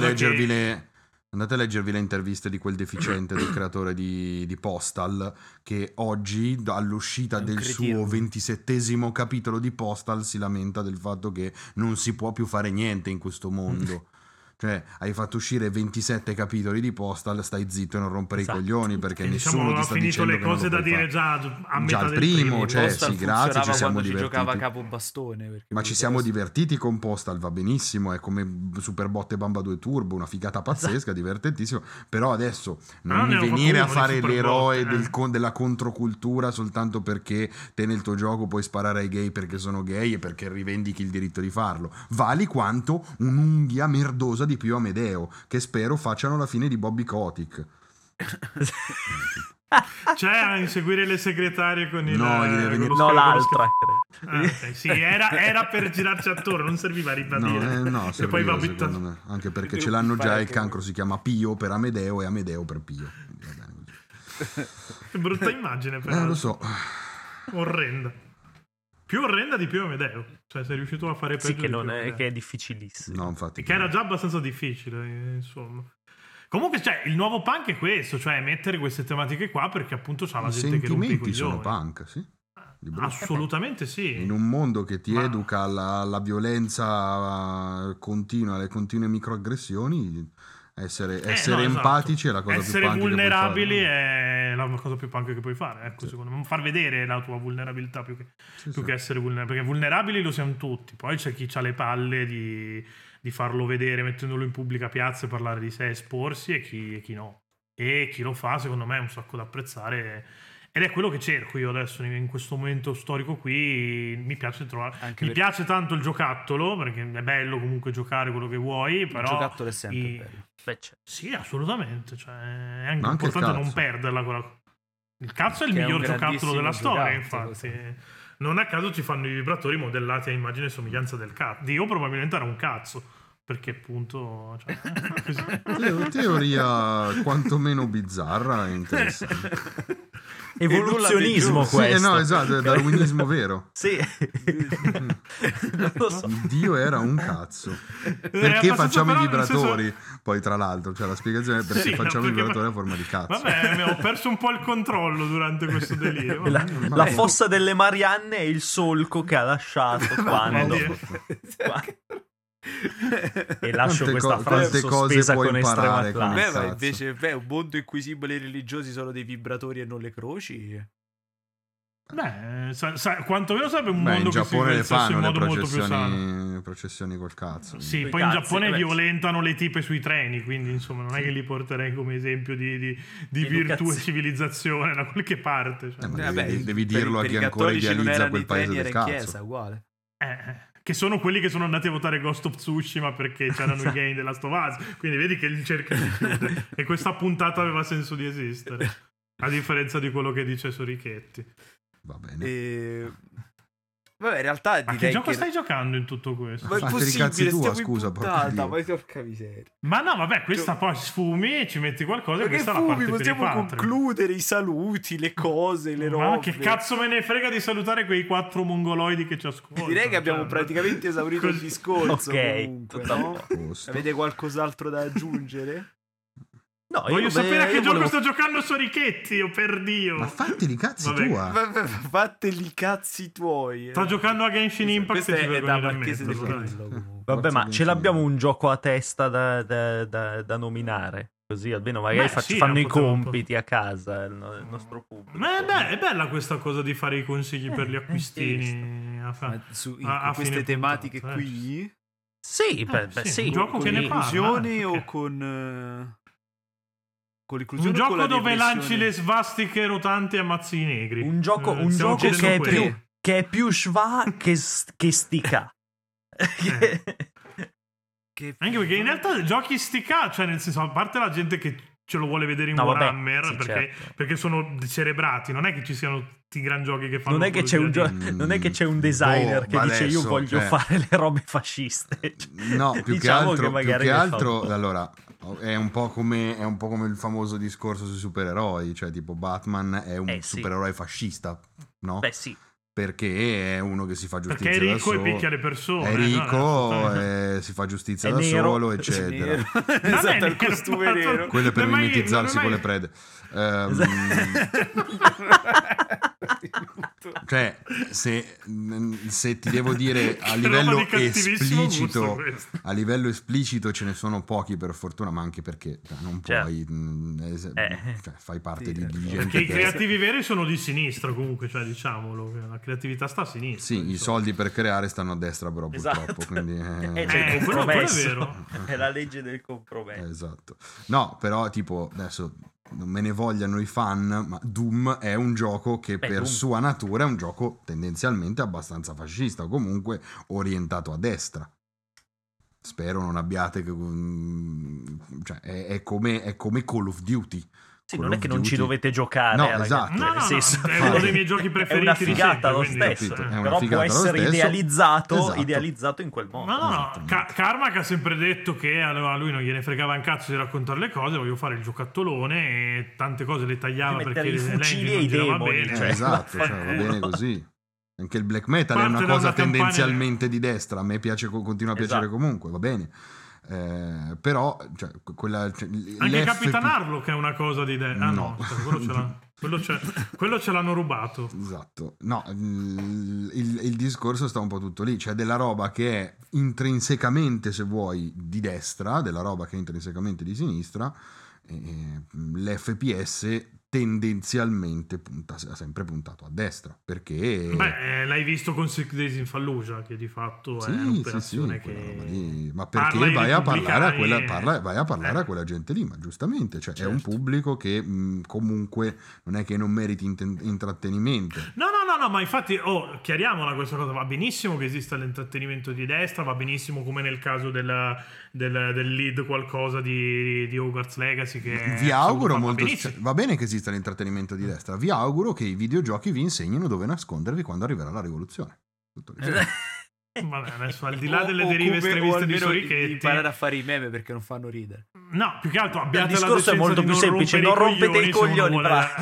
a leggervi le interviste di quel deficiente del creatore di Postal, che oggi all'uscita del suo 27° capitolo di Postal si lamenta del fatto che non si può più fare niente in questo mondo. Cioè, hai fatto uscire 27 capitoli di Postal, stai zitto e non rompere i coglioni, perché nessuno ti sta dicendo che non lo puoi fare. Le cose da dire già a metà il primo, cioè Postal sì, grazie, ci siamo divertiti. Giocava capo bastone, ma ci siamo divertiti con Postal, va benissimo, è come Super Botte Bamba 2 Turbo, una figata pazzesca, divertentissimo, però adesso non mi venire a fare l'eroe della controcultura soltanto perché te nel tuo gioco puoi sparare ai gay perché sono gay e perché rivendichi il diritto di farlo. Vali quanto un'unghia merdosa di più Amedeo, che spero facciano la fine di Bobby Kotick. Cioè a inseguire le segretarie con il l'altra okay. Sì, era per girarci attorno, non serviva a ribadire. No, serviva, e poi va secondo me, anche perché ce l'hanno già, il cancro si chiama Pio per Amedeo e Amedeo per Pio. Che brutta immagine, però. Lo so. Orrenda. Più orrenda di Pio Amedeo. Cioè sei riuscito a fare peggio che è difficilissimo. No, infatti. Che era già abbastanza difficile, insomma. Comunque, cioè, il nuovo punk è questo, cioè mettere queste tematiche qua perché appunto c'ha la gente che rompe i coglioni. I sentimenti sono punk, sì. Assolutamente sì. In un mondo che ti educa alla violenza continua, alle continue microaggressioni, essere empatici è la cosa più punk. Essere vulnerabili è la cosa più punk che puoi fare, ecco, secondo me. Far vedere la tua vulnerabilità più che essere vulnerabili, perché vulnerabili lo siamo tutti. Poi c'è chi ha le palle di farlo vedere mettendolo in pubblica piazza e parlare di sé, esporsi, e chi no. E chi lo fa, secondo me, è un sacco da apprezzare. Ed è quello che cerco io adesso in questo momento storico qui. Mi piace trovare. Piace tanto il giocattolo, perché è bello comunque giocare quello che vuoi. Però il giocattolo è sempre bello. Sì, assolutamente. Cioè, è anche importante non perderla. Il cazzo è il miglior giocattolo della storia, infatti. Non a caso ci fanno i vibratori modellati a immagine e somiglianza del cazzo. Dio probabilmente era un cazzo. perché appunto teoria quantomeno bizzarra e interessante. Evoluzionismo questo. Sì, no, esatto, è darwinismo vero. Sì. Non lo so. Il Dio era un cazzo. Perché facciamo i vibratori? Poi tra l'altro c'è la spiegazione perché facciamo i vibratori a forma di cazzo. Vabbè, ho perso un po' il controllo durante questo delirio. La fossa delle Marianne è il solco che ha lasciato quando... E lascio questa frase sospesa con estrema classe. Ma invece un mondo in cui i simboli religiosi sono dei vibratori e non le croci. Beh, quantomeno sarebbe un mondo che si pensasse in modo molto più sano. Processioni col cazzo. Sì, poi in Giappone violentano le tipe sui treni, quindi insomma non è che li porterei come esempio di virtù e civilizzazione da qualche parte. Cioè. Devi dirlo a chi ancora idealizza quel paese del cazzo. Chiesa, uguale. Che sono quelli che sono andati a votare Ghost of Tsushima perché c'erano i game della Last of Us, quindi vedi che li cerca di chiudere. E questa puntata aveva senso di esistere, a differenza di quello che dice Sorichetti. Va bene. Vabbè, in realtà ma che gioco stai giocando in tutto questo? Ma è possibile, cazzi tua, stiamo scusa, in puntata, ma porca miseria. Ma no, vabbè, questa poi sfumi e ci metti qualcosa, questa è la parte per i possiamo concludere i saluti, le cose, le robe. Ma che cazzo me ne frega di salutare quei 4 mongoloidi che ci ascoltano? Direi che abbiamo praticamente esaurito il discorso. Ok, comunque, no? Avete qualcos'altro da aggiungere? No, voglio sapere a che gioco sto giocando Sorichetti, oh per Dio. Ma fatti i cazzi tua. Fatteli i cazzi tuoi. Sto giocando a Genshin Impact e ci vergogno da Vabbè, ma ce l'abbiamo un gioco a testa da nominare. Così almeno magari fanno i compiti a casa il nostro pubblico. Ma è bella questa cosa di fare i consigli per gli acquistini in queste tematiche qui? Sì, sì. Un gioco che ne parla o con un gioco dove lanci le svastiche rotanti a mazzi negri. Un gioco che è più schwa che stica. Anche perché in realtà giochi stica, cioè nel senso, a parte la gente che ce lo vuole vedere in Warhammer, perché sono cerebrati, non è che ci siano tutti i gran giochi che fanno. Non è che c'è un designer che dice io voglio fare le robe fasciste. No, più che altro allora è un po' come il famoso discorso sui supereroi, cioè tipo Batman è un supereroe fascista, no? Beh sì. Perché è uno che si fa giustizia perché è ricco da solo, e picchia le persone, è ricco, si fa giustizia da solo, eccetera. Esatto, il costume nero. Quello è per mimetizzarsi con le prede. Cioè, se ti devo dire a livello esplicito ce ne sono pochi, per fortuna, ma anche perché non puoi fai parte di gente perché i creativi veri sono di sinistra, comunque, cioè diciamolo, la creatività sta a sinistra. Sì, i soldi per creare stanno a destra, però purtroppo, quindi quello è vero. È la legge del compromesso. Esatto. No, però tipo adesso non me ne vogliano i fan, ma Doom è un gioco che per sua natura è un gioco tendenzialmente abbastanza fascista, o comunque orientato a destra. Spero non abbiate cioè è come Call of Duty. Sì, non è che non ci dovete giocare, no, esatto. No, è uno dei miei giochi preferiti. È una figata lo stesso, però può essere idealizzato in quel modo. No. Carmack ha sempre detto che a lui non gliene fregava un cazzo di raccontare le cose, voglio fare il giocattolone e tante cose le tagliava perché i fucili e i demoni, bene. Esatto, va bene così. Anche il black metal è una cosa tendenzialmente di destra, a me continua a piacere comunque, va bene. Però cioè, anche Capitan Harlock è una cosa di no, quello ce l'hanno rubato. Esatto. No, il discorso sta un po' tutto lì, cioè della roba che è intrinsecamente, se vuoi, di destra, della roba che è intrinsecamente di sinistra. L'FPS tendenzialmente ha sempre puntato a destra, perché l'hai visto con Six Days in Fallujah, che di fatto è un'operazione che ma perché vai a parlare a quella gente lì, ma giustamente, cioè è un pubblico che comunque non è che non meriti intrattenimento. No, ma infatti chiariamola questa cosa, va benissimo che esista l'intrattenimento di destra, va benissimo come nel caso del lead qualcosa di Hogwarts Legacy, che vi auguro molto, va bene che esista l'intrattenimento di destra, vi auguro che i videogiochi vi insegnino dove nascondervi quando arriverà la rivoluzione. Tutto Vabbè, adesso al di là delle derive estremiste di Sorichetti, imparare a fare i meme perché non fanno ridere. No, più che altro abbiate Il la discorso è decenza molto di più semplice, non rompete i coglioni,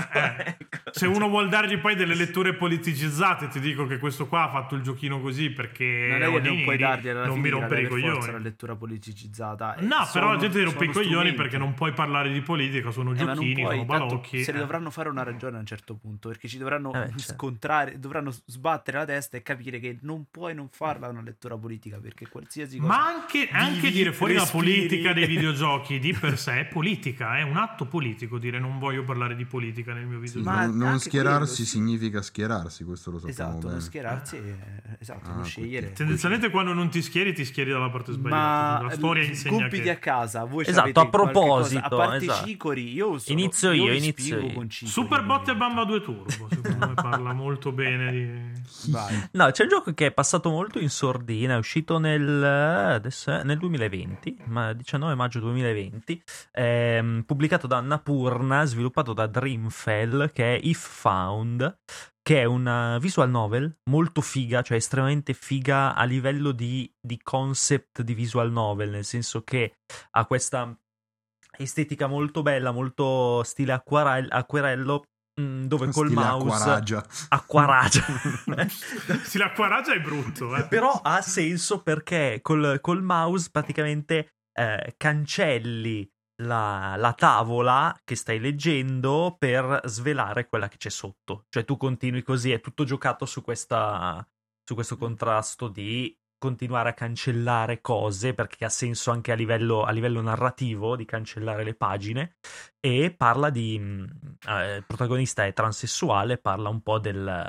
se uno vuol dargli poi delle letture politicizzate, ti dico che questo qua ha fatto il giochino così perché non è che non puoi dargli alla non mi rompere i coglioni. la lettura politicizzata. No, però la gente ti rompe i coglioni perché non puoi parlare di politica, sono giochini, sono balocchi. Se ne dovranno fare una ragione a un certo punto, perché ci dovranno scontrare, dovranno sbattere la testa e capire che non puoi non farla una lettura politica, perché qualsiasi cosa. Ma anche dire fuori la politica dei videogiochi di per sé è politica, è un atto politico dire non voglio parlare di politica nel mio videogioco. Non schierarsi significa schierarsi, questo lo sappiamo bene. Non schierarsi non scegliere. Tendenzialmente quando non ti schieri dalla parte sbagliata. La storia insegna compiti a casa, voi a proposito, a parte Cicori, inizio io. Super Botte e Bamba 2 Turbo, secondo me parla molto bene di... No, c'è un gioco che è passato molto in sordina, è uscito nel 2020, 19 maggio 2020, pubblicato da Annapurna, sviluppato da Dreamfell, che è If Found, che è una visual novel molto figa, cioè estremamente figa a livello di concept di visual novel, nel senso che ha questa estetica molto bella, molto stile acquerello, dove col stile mouse acquaragia stile acquaragia è brutto, però ha senso perché col mouse praticamente cancelli la tavola che stai leggendo per svelare quella che c'è sotto, cioè tu continui così, è tutto giocato su questo contrasto di continuare a cancellare cose, perché ha senso anche a livello narrativo di cancellare le pagine, e parla il protagonista è transessuale, parla un po'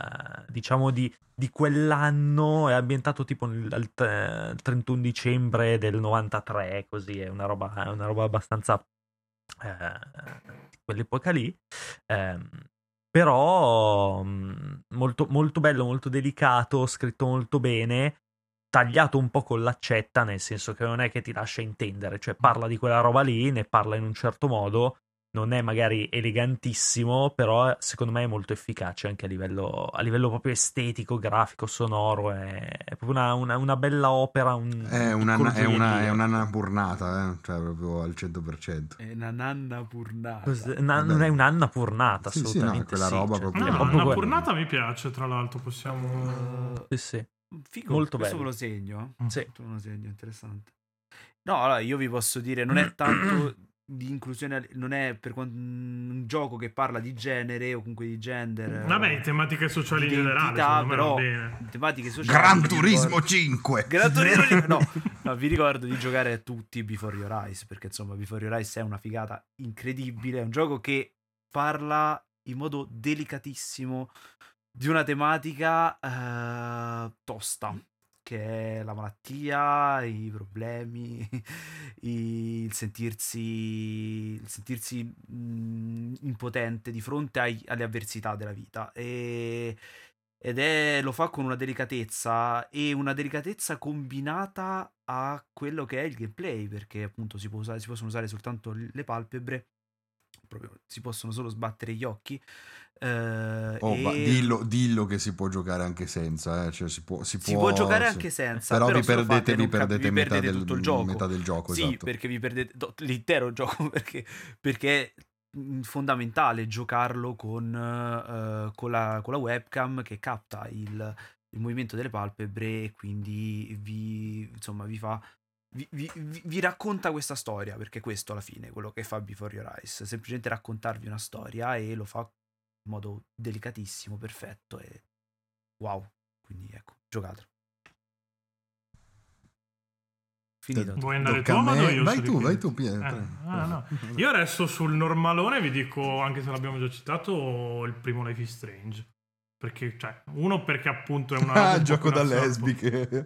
di quell'anno, è ambientato tipo il 31 dicembre del 93, così è una roba abbastanza quell'epoca lì, però molto, molto bello, molto delicato, scritto molto bene, tagliato un po' con l'accetta, nel senso che non è che ti lascia intendere, cioè parla di quella roba lì, ne parla in un certo modo, non è magari elegantissimo, però secondo me è molto efficace anche a livello proprio estetico, grafico, sonoro, è proprio una bella opera. È un'annapurnata, cioè proprio al 100%. È una nannapurnata. Non è un'annapurnata, assolutamente. Sì, quella roba proprio. L'annapurnata mi piace, tra l'altro, possiamo... Sì. Figo, molto questo bello. me lo segno. Sì. Me lo segno, interessante. No, allora io vi posso dire, non è tanto di inclusione, non è per un gioco che parla di genere o comunque di gender. Vabbè, tematiche sociali in generale, però bene. tematiche sociali. Gran Turismo 5. Gran Turismo 5. No, vi ricordo di giocare tutti Before Your Eyes, perché insomma Before Your Eyes è una figata incredibile, è un gioco che parla in modo delicatissimo di una tematica tosta, che è la malattia, i problemi, il sentirsi impotente di fronte alle avversità della vita, lo fa con una delicatezza combinata a quello che è il gameplay, perché appunto si possono usare soltanto le palpebre, proprio si possono solo sbattere gli occhi. Dillo che si può giocare anche senza, cioè si può giocare anche senza, però vi perdete tutto il gioco. metà del gioco, sì, esatto. perché vi perdete l'intero gioco, perché è fondamentale giocarlo con la webcam che capta il movimento delle palpebre, e quindi vi racconta questa storia, perché questo alla fine è quello che fa Before Your Eyes, semplicemente raccontarvi una storia, e lo fa in modo delicatissimo, perfetto, e wow, quindi ecco, giocatelo. Finito. Vuoi andare tu o vado io? Vai tu Pietro. No. Io resto sul normalone, vi dico, anche se l'abbiamo già citato, il primo Life is Strange. Perché, cioè, perché appunto è una... gioco da lesbiche.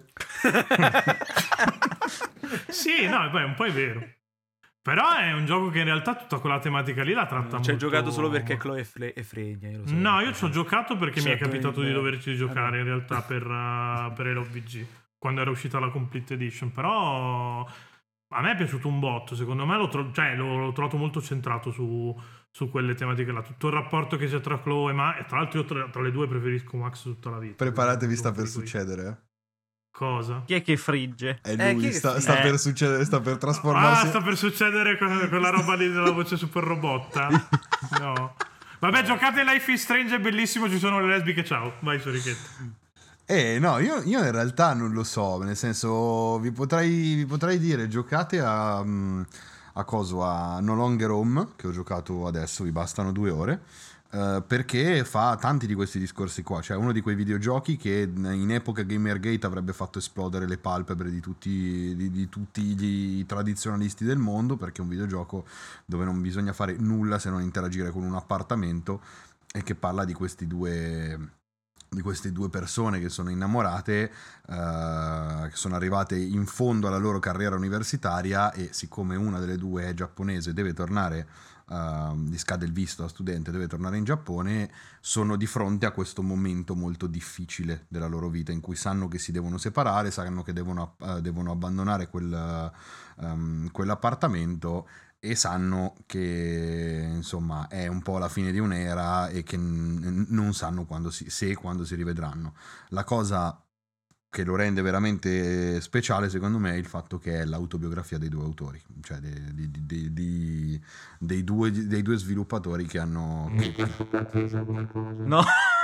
Sì, no, poi un po' è vero. Però è un gioco che in realtà tutta quella tematica lì la tratta molto... Ci hai giocato solo perché Chloe è fregna, io lo so. No, io ci ho giocato perché mi è capitato di doverci giocare in realtà per LOVG, quando era uscita la Complete Edition. Però a me è piaciuto un botto, secondo me l'ho trovato molto centrato su quelle tematiche là, tutto il rapporto che c'è tra Chloe e tra l'altro io tra le due preferisco Max tutta la vita. Preparatevi, sta per succedere. Cosa? Chi è che frigge? È lui, chi è che sta frigge? per succedere, sta per trasformarsi. Sta per succedere quella roba lì della voce super robotta. No. Vabbè, giocate Life is Strange, è bellissimo, ci sono le lesbiche, ciao. Vai, Sorichetto. No, io in realtà non lo so, nel senso vi potrei dire giocate a No Longer Home, che ho giocato adesso, vi bastano 2 ore, perché fa tanti di questi discorsi qua, cioè uno di quei videogiochi che in epoca Gamergate avrebbe fatto esplodere le palpebre di tutti i tradizionalisti del mondo, perché è un videogioco dove non bisogna fare nulla se non interagire con un appartamento e che parla di queste due persone che sono innamorate, che sono arrivate in fondo alla loro carriera universitaria, e siccome una delle due è giapponese, deve tornare, gli scade il visto da studente, deve tornare in Giappone, sono di fronte a questo momento molto difficile della loro vita in cui sanno che si devono separare, sanno che devono abbandonare quell'appartamento, e sanno che insomma è un po' la fine di un'era e che non sanno quando si rivedranno. La cosa che lo rende veramente speciale, secondo me, è il fatto che è l'autobiografia dei 2 autori, cioè dei due sviluppatori che hanno... No.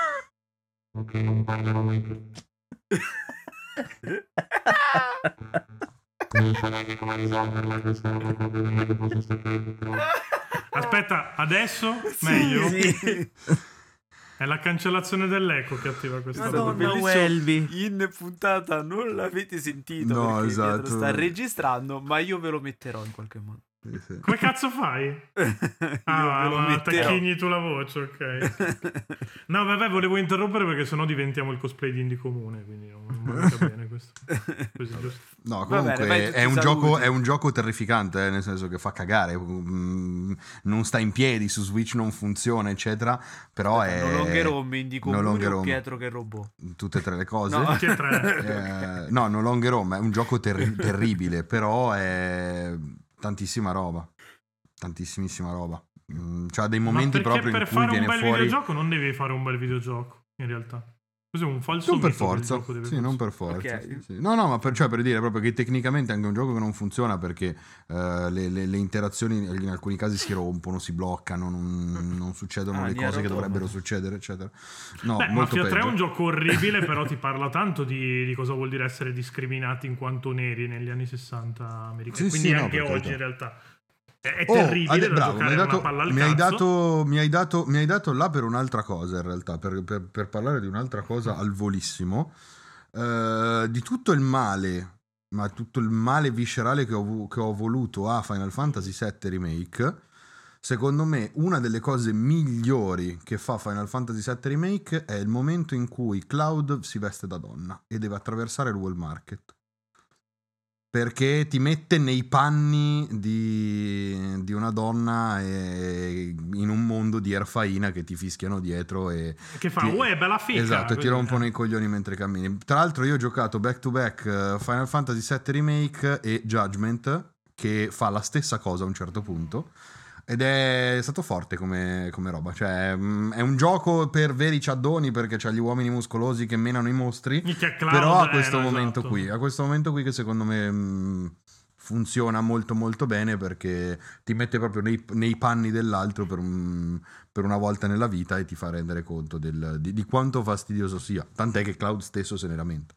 Aspetta, adesso? Meglio? Sì. È la cancellazione dell'eco che attiva questa Madonna, roba. bellissimo. Welby. In puntata non l'avete sentito, No, perché esatto. Pietro sta registrando, ma io ve lo metterò in qualche modo. Come cazzo fai? Io ve lo Ma metterò. tacchini tu la voce, ok. No, vabbè, volevo interrompere perché sennò diventiamo il cosplay di Indie Comune, quindi non va mica bene questo. Così, giusto. No, Va comunque bene, vai, tutti è un saluti. gioco terrificante, nel senso che fa cagare, non sta in piedi, su Switch non funziona, eccetera, però è... No Longer Home, Indie No Longer Comune o Home. Pietro che robot? Tutte e 3 le cose. No. Tutti e tre. No Longer Home è un gioco terribile, però è tantissima roba, tantissimissima roba. C'ha dei momenti Ma perché proprio in per cui fare un viene bel fuori... videogioco non devi fare un bel videogioco, in realtà. Cos'è un falso Non per mito che il forza, gioco deve sì, non per funzionare? forza. Ok. Sì. No, ma per dire proprio che tecnicamente è anche un gioco che non funziona perché le interazioni in alcuni casi si rompono, si bloccano, non succedono le Nier cose che Automata. dovrebbero succedere, eccetera. No, Beh, molto Mafia 3 è peggio. un gioco orribile, però ti parla tanto di cosa vuol dire essere discriminati in quanto neri negli anni 60 americani. Sì, Quindi sì, no, anche per oggi carità. in realtà. È terribile da bravo, giocare una palla al cazzo. mi hai dato là per un'altra cosa, in realtà, per parlare di un'altra cosa al volissimo, di tutto il male, ma tutto il male viscerale che ho voluto a Final Fantasy VII Remake. Secondo me una delle cose migliori che fa Final Fantasy VII Remake è il momento in cui Cloud si veste da donna e deve attraversare il World Market. Perché ti mette nei panni di una donna in un mondo di erfaina che ti fischiano dietro e Che fa, uè, bella fica. esatto, e ti così. rompono i coglioni mentre cammini. Tra l'altro io ho giocato back to back Final Fantasy VII Remake e Judgment, che fa la stessa cosa a un certo punto, ed è stato forte come roba. Cioè è un gioco per veri ciaddoni, perché c'ha gli uomini muscolosi che menano i mostri, Minchia, Cloud, però a questo no, momento esatto. qui che secondo me funziona molto molto bene, perché ti mette proprio nei panni dell'altro per una volta nella vita e ti fa rendere conto di quanto fastidioso sia, tant'è che Cloud stesso se ne lamenta.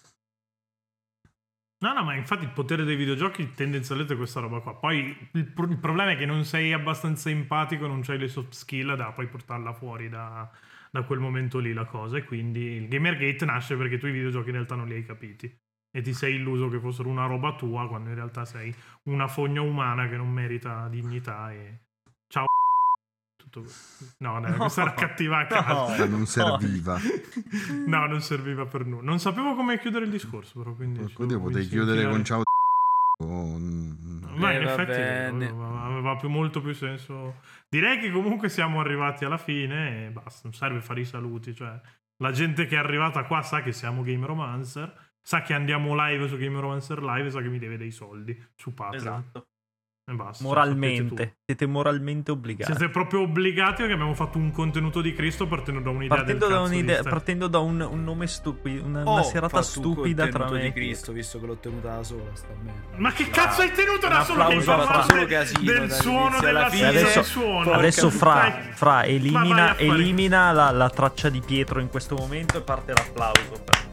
No, ma infatti il potere dei videogiochi tendenzialmente è questa roba qua. Poi il problema è che non sei abbastanza empatico, non c'hai le soft skill da poi portarla fuori da quel momento lì la cosa, e quindi il Gamergate nasce perché tu i videogiochi in realtà non li hai capiti e ti sei illuso che fossero una roba tua, quando in realtà sei una fogna umana che non merita dignità e ciao. Tutto no, dai, questa era cattiva a caso. Non serviva. No, non serviva per nulla. Non sapevo come chiudere il discorso, però quindi Oddio, potevi chiudere con ciao. Ma in va effetti bene. aveva molto più senso. Direi che comunque siamo arrivati alla fine e basta, non serve fare i saluti, cioè la gente che è arrivata qua sa che siamo Game Romancer, sa che andiamo live su Game Romancer Live e sa che mi deve dei soldi su Patreon. Esatto. E basta. Moralmente. Siete moralmente obbligati. Siete proprio obbligati perché abbiamo fatto un contenuto di Cristo partendo da un'idea partendo da un nome stupido, una serata stupida tra me di Cristo, visto che l'ho tenuta da sola, sta bene. Ma che cazzo hai tenuto da solo? Che solo casino del suono della fine adesso Fra elimina la traccia di Pietro in questo momento e parte l'applauso.